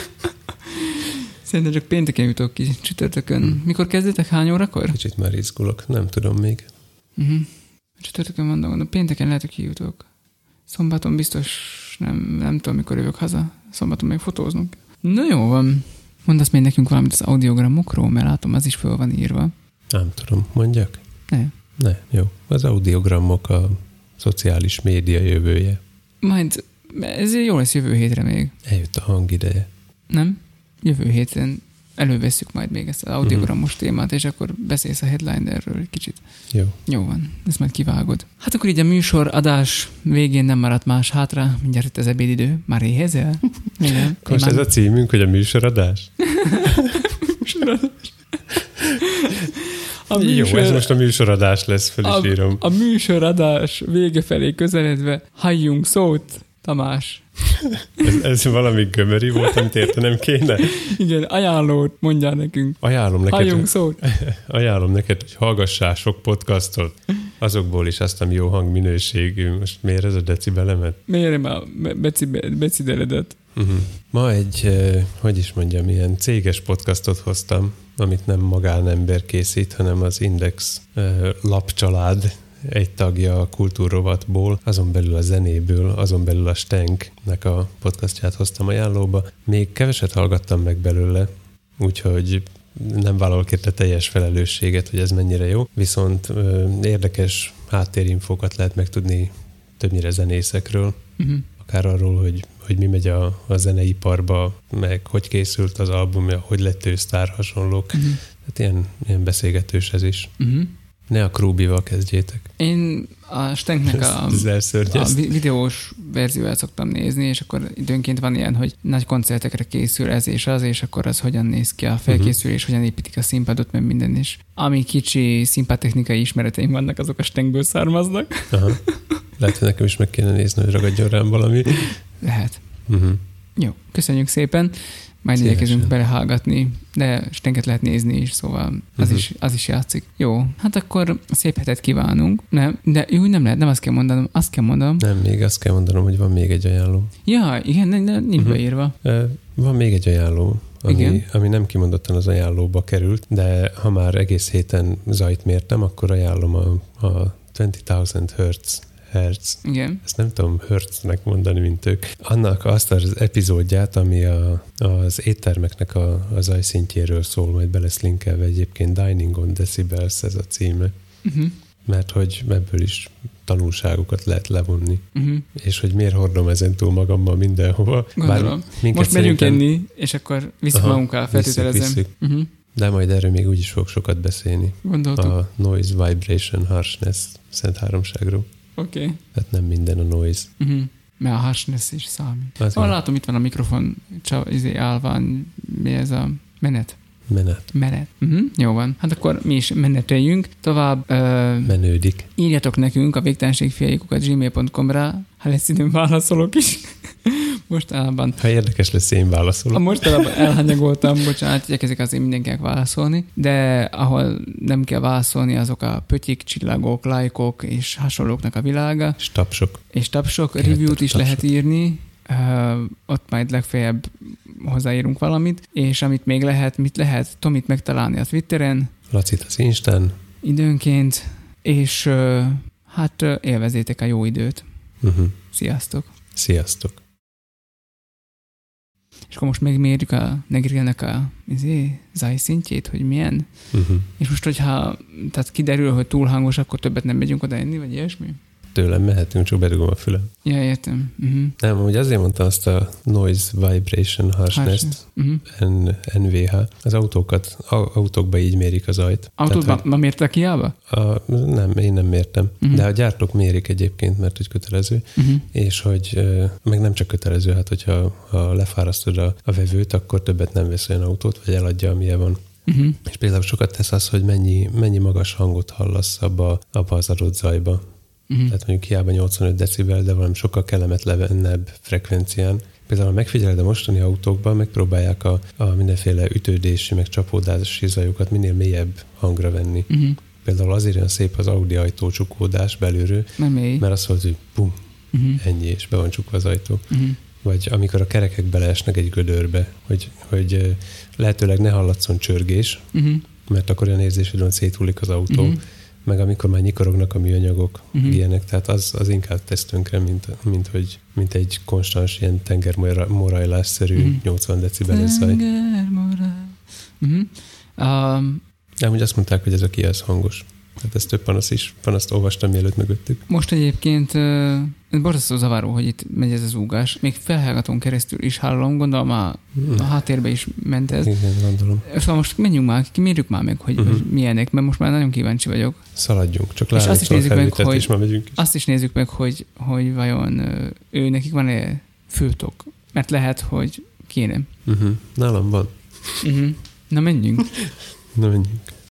Speaker 2: Szerintem csak pénteken jutok ki, csütörtökön. Hmm. Mikor kezdetek? Hány órakor?
Speaker 1: Kicsit már izgulok, nem tudom még.
Speaker 2: Uh-huh. Csütörtökön van dolgom, pénteken lehet, hogy kijutok. Szombaton biztos nem, nem tudom, mikor jövök haza. Szombaton még fotóznunk. Na jó van. Mondasz még nekünk valamit az audiogramokról, mert látom, az is föl van írva.
Speaker 1: Nem tudom, mondjak?
Speaker 2: Ne.
Speaker 1: Ne, jó. Az audiogramok a szociális média jövője.
Speaker 2: Majd, ez jó lesz jövő hétre még.
Speaker 1: Eljött a hangideje.
Speaker 2: Nem? Jövő héten elővesszük majd még ezt az audiogramos uh-huh. témát, és akkor beszélsz a headlinerről egy kicsit.
Speaker 1: Jó.
Speaker 2: Jó van, ezt majd kivágod. Hát akkor így a műsor adás végén nem maradt más hátra, mindjárt itt az ebédidő. Már éhezel? Igen.
Speaker 1: Most ez már... a címünk, hogy a műsoradás?
Speaker 2: műsoradás.
Speaker 1: A műsor... Jó, ez most a műsoradás lesz, fel is
Speaker 2: a,
Speaker 1: írom.
Speaker 2: A műsoradás vége felé közeledve halljunk szót, Tamás.
Speaker 1: ez, ez valami gömöri volt, amit értenem kéne?
Speaker 2: Igen, ajánlót mondjál nekünk.
Speaker 1: Ajánlom neked,
Speaker 2: halljunk szót.
Speaker 1: Ajánlom neked, hogy hallgassál sok podcastot. Azokból is azt, ami jó hangminőségű. Most miért ez a decibelemet?
Speaker 2: Mérem a decibeledet.
Speaker 1: Uh-huh. Ma egy, hogy is mondjam, ilyen céges podcastot hoztam, amit nem magánember készít, hanem az Index lapcsalád egy tagja a kultúrrovatból, azon belül a zenéből, azon belül a Stenknek a podcastját hoztam ajánlóba. Még keveset hallgattam meg belőle, úgyhogy nem vállalok érte teljes felelősséget, hogy ez mennyire jó, viszont ö, érdekes háttérinfókat lehet megtudni többnyire zenészekről, uh-huh. akár arról, hogy, hogy mi megy a, a zeneiparba, meg hogy készült az albumja, hogy lett ő sztár, hasonlók. Uh-huh. Tehát ilyen, ilyen beszélgetős ez is. Uh-huh. Ne a Krúbival kezdjétek.
Speaker 2: Én a Stenknek a, a videós verzióját szoktam nézni, és akkor időnként van ilyen, hogy nagy koncertekre készül ez és az, és akkor az hogyan néz ki a felkészülés, uh-huh. hogyan építik a színpadot, meg minden is. Ami kicsi színpadtechnikai ismereteim vannak, azok a Stenkből származnak. Aha.
Speaker 1: Lehet, hogy nekem is meg kéne nézni, hogy ragadjon rám valami.
Speaker 2: Lehet. Uh-huh. Jó, köszönjük szépen. Majd igyekezünk belehallgatni, de Stenket lehet nézni is, szóval az, uh-huh. is, az is játszik. Jó, hát akkor szép hetet kívánunk. Nem, de jó, nem lehet, nem azt kell mondanom, azt kell mondanom.
Speaker 1: Nem, még azt kell mondanom, hogy van még egy ajánló.
Speaker 2: Ja, igen, ne, ne, nincs uh-huh. beírva.
Speaker 1: Van még egy ajánló, ami, ami nem kimondottan az ajánlóba került, de ha már egész héten zajt mértem, akkor ajánlom a, a húszezer hertz Hertz.
Speaker 2: Igen.
Speaker 1: Ezt nem tudom hertznek mondani, mint ők. Annak azt az epizódját, ami a, az éttermeknek a, a zajszintjéről szól, majd be lesz linkelve egyébként Dining on Decibels ez a címe. Uh-huh. Mert hogy ebből is tanulságokat lehet levonni. Uh-huh. És hogy miért hordom ezen túl magammal mindenhova.
Speaker 2: Gondolom. Most megyünk enni, és akkor visszük magunkkal, feltételezem. Uh-huh.
Speaker 1: De majd erről még úgyis fog sokat beszélni.
Speaker 2: Gondoltuk.
Speaker 1: A noise, vibration, harshness szent háromságról.
Speaker 2: Oké. Okay.
Speaker 1: Tehát nem minden a noise.
Speaker 2: Uh-huh. Mert a harshness is számít. Ah, látom, itt van a mikrofon, csak izé állván, mi ez a menet?
Speaker 1: Menet.
Speaker 2: Menet. Uh-huh. Jó van. Hát akkor mi is meneteljünk. Tovább uh,
Speaker 1: menődik.
Speaker 2: Írjatok nekünk a végtelenségfiaikukat gmail pont com-ra, ha lesz időm, válaszolok is. Mostanában.
Speaker 1: Ha érdekes lesz, én válaszolok.
Speaker 2: Mostanában elhanyagoltam, bocsánat, igyekezik azért mindenkinek válaszolni, de ahol nem kell válaszolni, azok a pötyik, csillagok, lájkok és hasonlóknak a világa.
Speaker 1: És tapsok.
Speaker 2: És tapsok. Review-t is tapsok. Lehet írni. Uh, ott majd legfeljebb hozzáírunk valamit, és amit még lehet, mit lehet, Tomit megtalálni a Twitteren.
Speaker 1: Lacit az Instán.
Speaker 2: Időnként, és uh, hát uh, élvezétek a jó időt. Uh-huh. Sziasztok!
Speaker 1: Sziasztok!
Speaker 2: És akkor most megmérjük a Negrilnek a izé, zajszintjét, hogy milyen. Uh-huh. És most, hogyha tehát kiderül, hogy túl hangos, akkor többet nem megyünk oda enni, vagy ilyesmi?
Speaker 1: Tőlem mehetünk, csak berugom a fülem.
Speaker 2: Ja, értem. Uh-huh.
Speaker 1: Nem, hogy azért mondta azt a noise, vibration, harshness, uh-huh. en vé há. Az autókat, autókba így mérik az zajt.
Speaker 2: Autóban ma mértek hiába?
Speaker 1: A, nem, én nem mértem. Uh-huh. De a gyártók mérik egyébként, mert hogy kötelező. Uh-huh. És hogy meg nem csak kötelező, hát hogyha ha lefárasztod a, a vevőt, akkor többet nem vesz olyan autót, vagy eladja, amilyen van. Uh-huh. És például sokat tesz az, hogy mennyi, mennyi magas hangot hallasz abba, abba az adott zajba. Uh-huh. Tehát mondjuk hiába nyolcvanöt decibel, de valami sokkal kellemetlenebb frekvencián. Például ha megfigyeled a mostani autókban, megpróbálják a, a mindenféle ütődési, meg csapódási zajokat minél mélyebb hangra venni. Uh-huh. Például azért olyan szép az Audi ajtó csukódás belülről, mert azt mondja, hogy bum, uh-huh. ennyi, és be van csukva az ajtó. Uh-huh. Vagy amikor a kerekek beleesnek egy gödörbe, hogy, hogy lehetőleg ne hallatszon csörgés, uh-huh. mert akkor olyan érzésed van, hogy széthullik az autó. Uh-huh. Meg amikor már nyikorognak a műanyagok, uh-huh. ilyenek, tehát az, az inkább tesz tönkre, mint, mint, hogy, mint egy konstans ilyen tengermorajlásszerű uh-huh. nyolcvan decibeles zaj.
Speaker 2: Tengermoraj. Uh-huh. Um,
Speaker 1: Nem, hogy azt mondták, hogy ez a ki az hangos. Tehát ez több panasz is, panaszt olvastam, mielőtt mögöttük.
Speaker 2: Most egyébként uh, borzasztó zavaró, hogy itt megy ez az úgás. Még felhallgatón keresztül is hallom, gondolom a, hmm. a háttérbe is ment ez.
Speaker 1: Igen, gondolom.
Speaker 2: Szóval most menjünk már, kimérjük már meg, hogy, uh-huh. hogy milyenek, mert most már nagyon kíváncsi vagyok.
Speaker 1: Szaladjunk, csak látom, azt is nézzük meg, hogy, és már megyünk is.
Speaker 2: Azt is nézzük meg, hogy, hogy vajon ő nekik van-e főtok. Mert lehet, hogy kéne.
Speaker 1: Uh-huh. Nálam van.
Speaker 2: Uh-huh. Na menjünk.
Speaker 1: Na menjünk.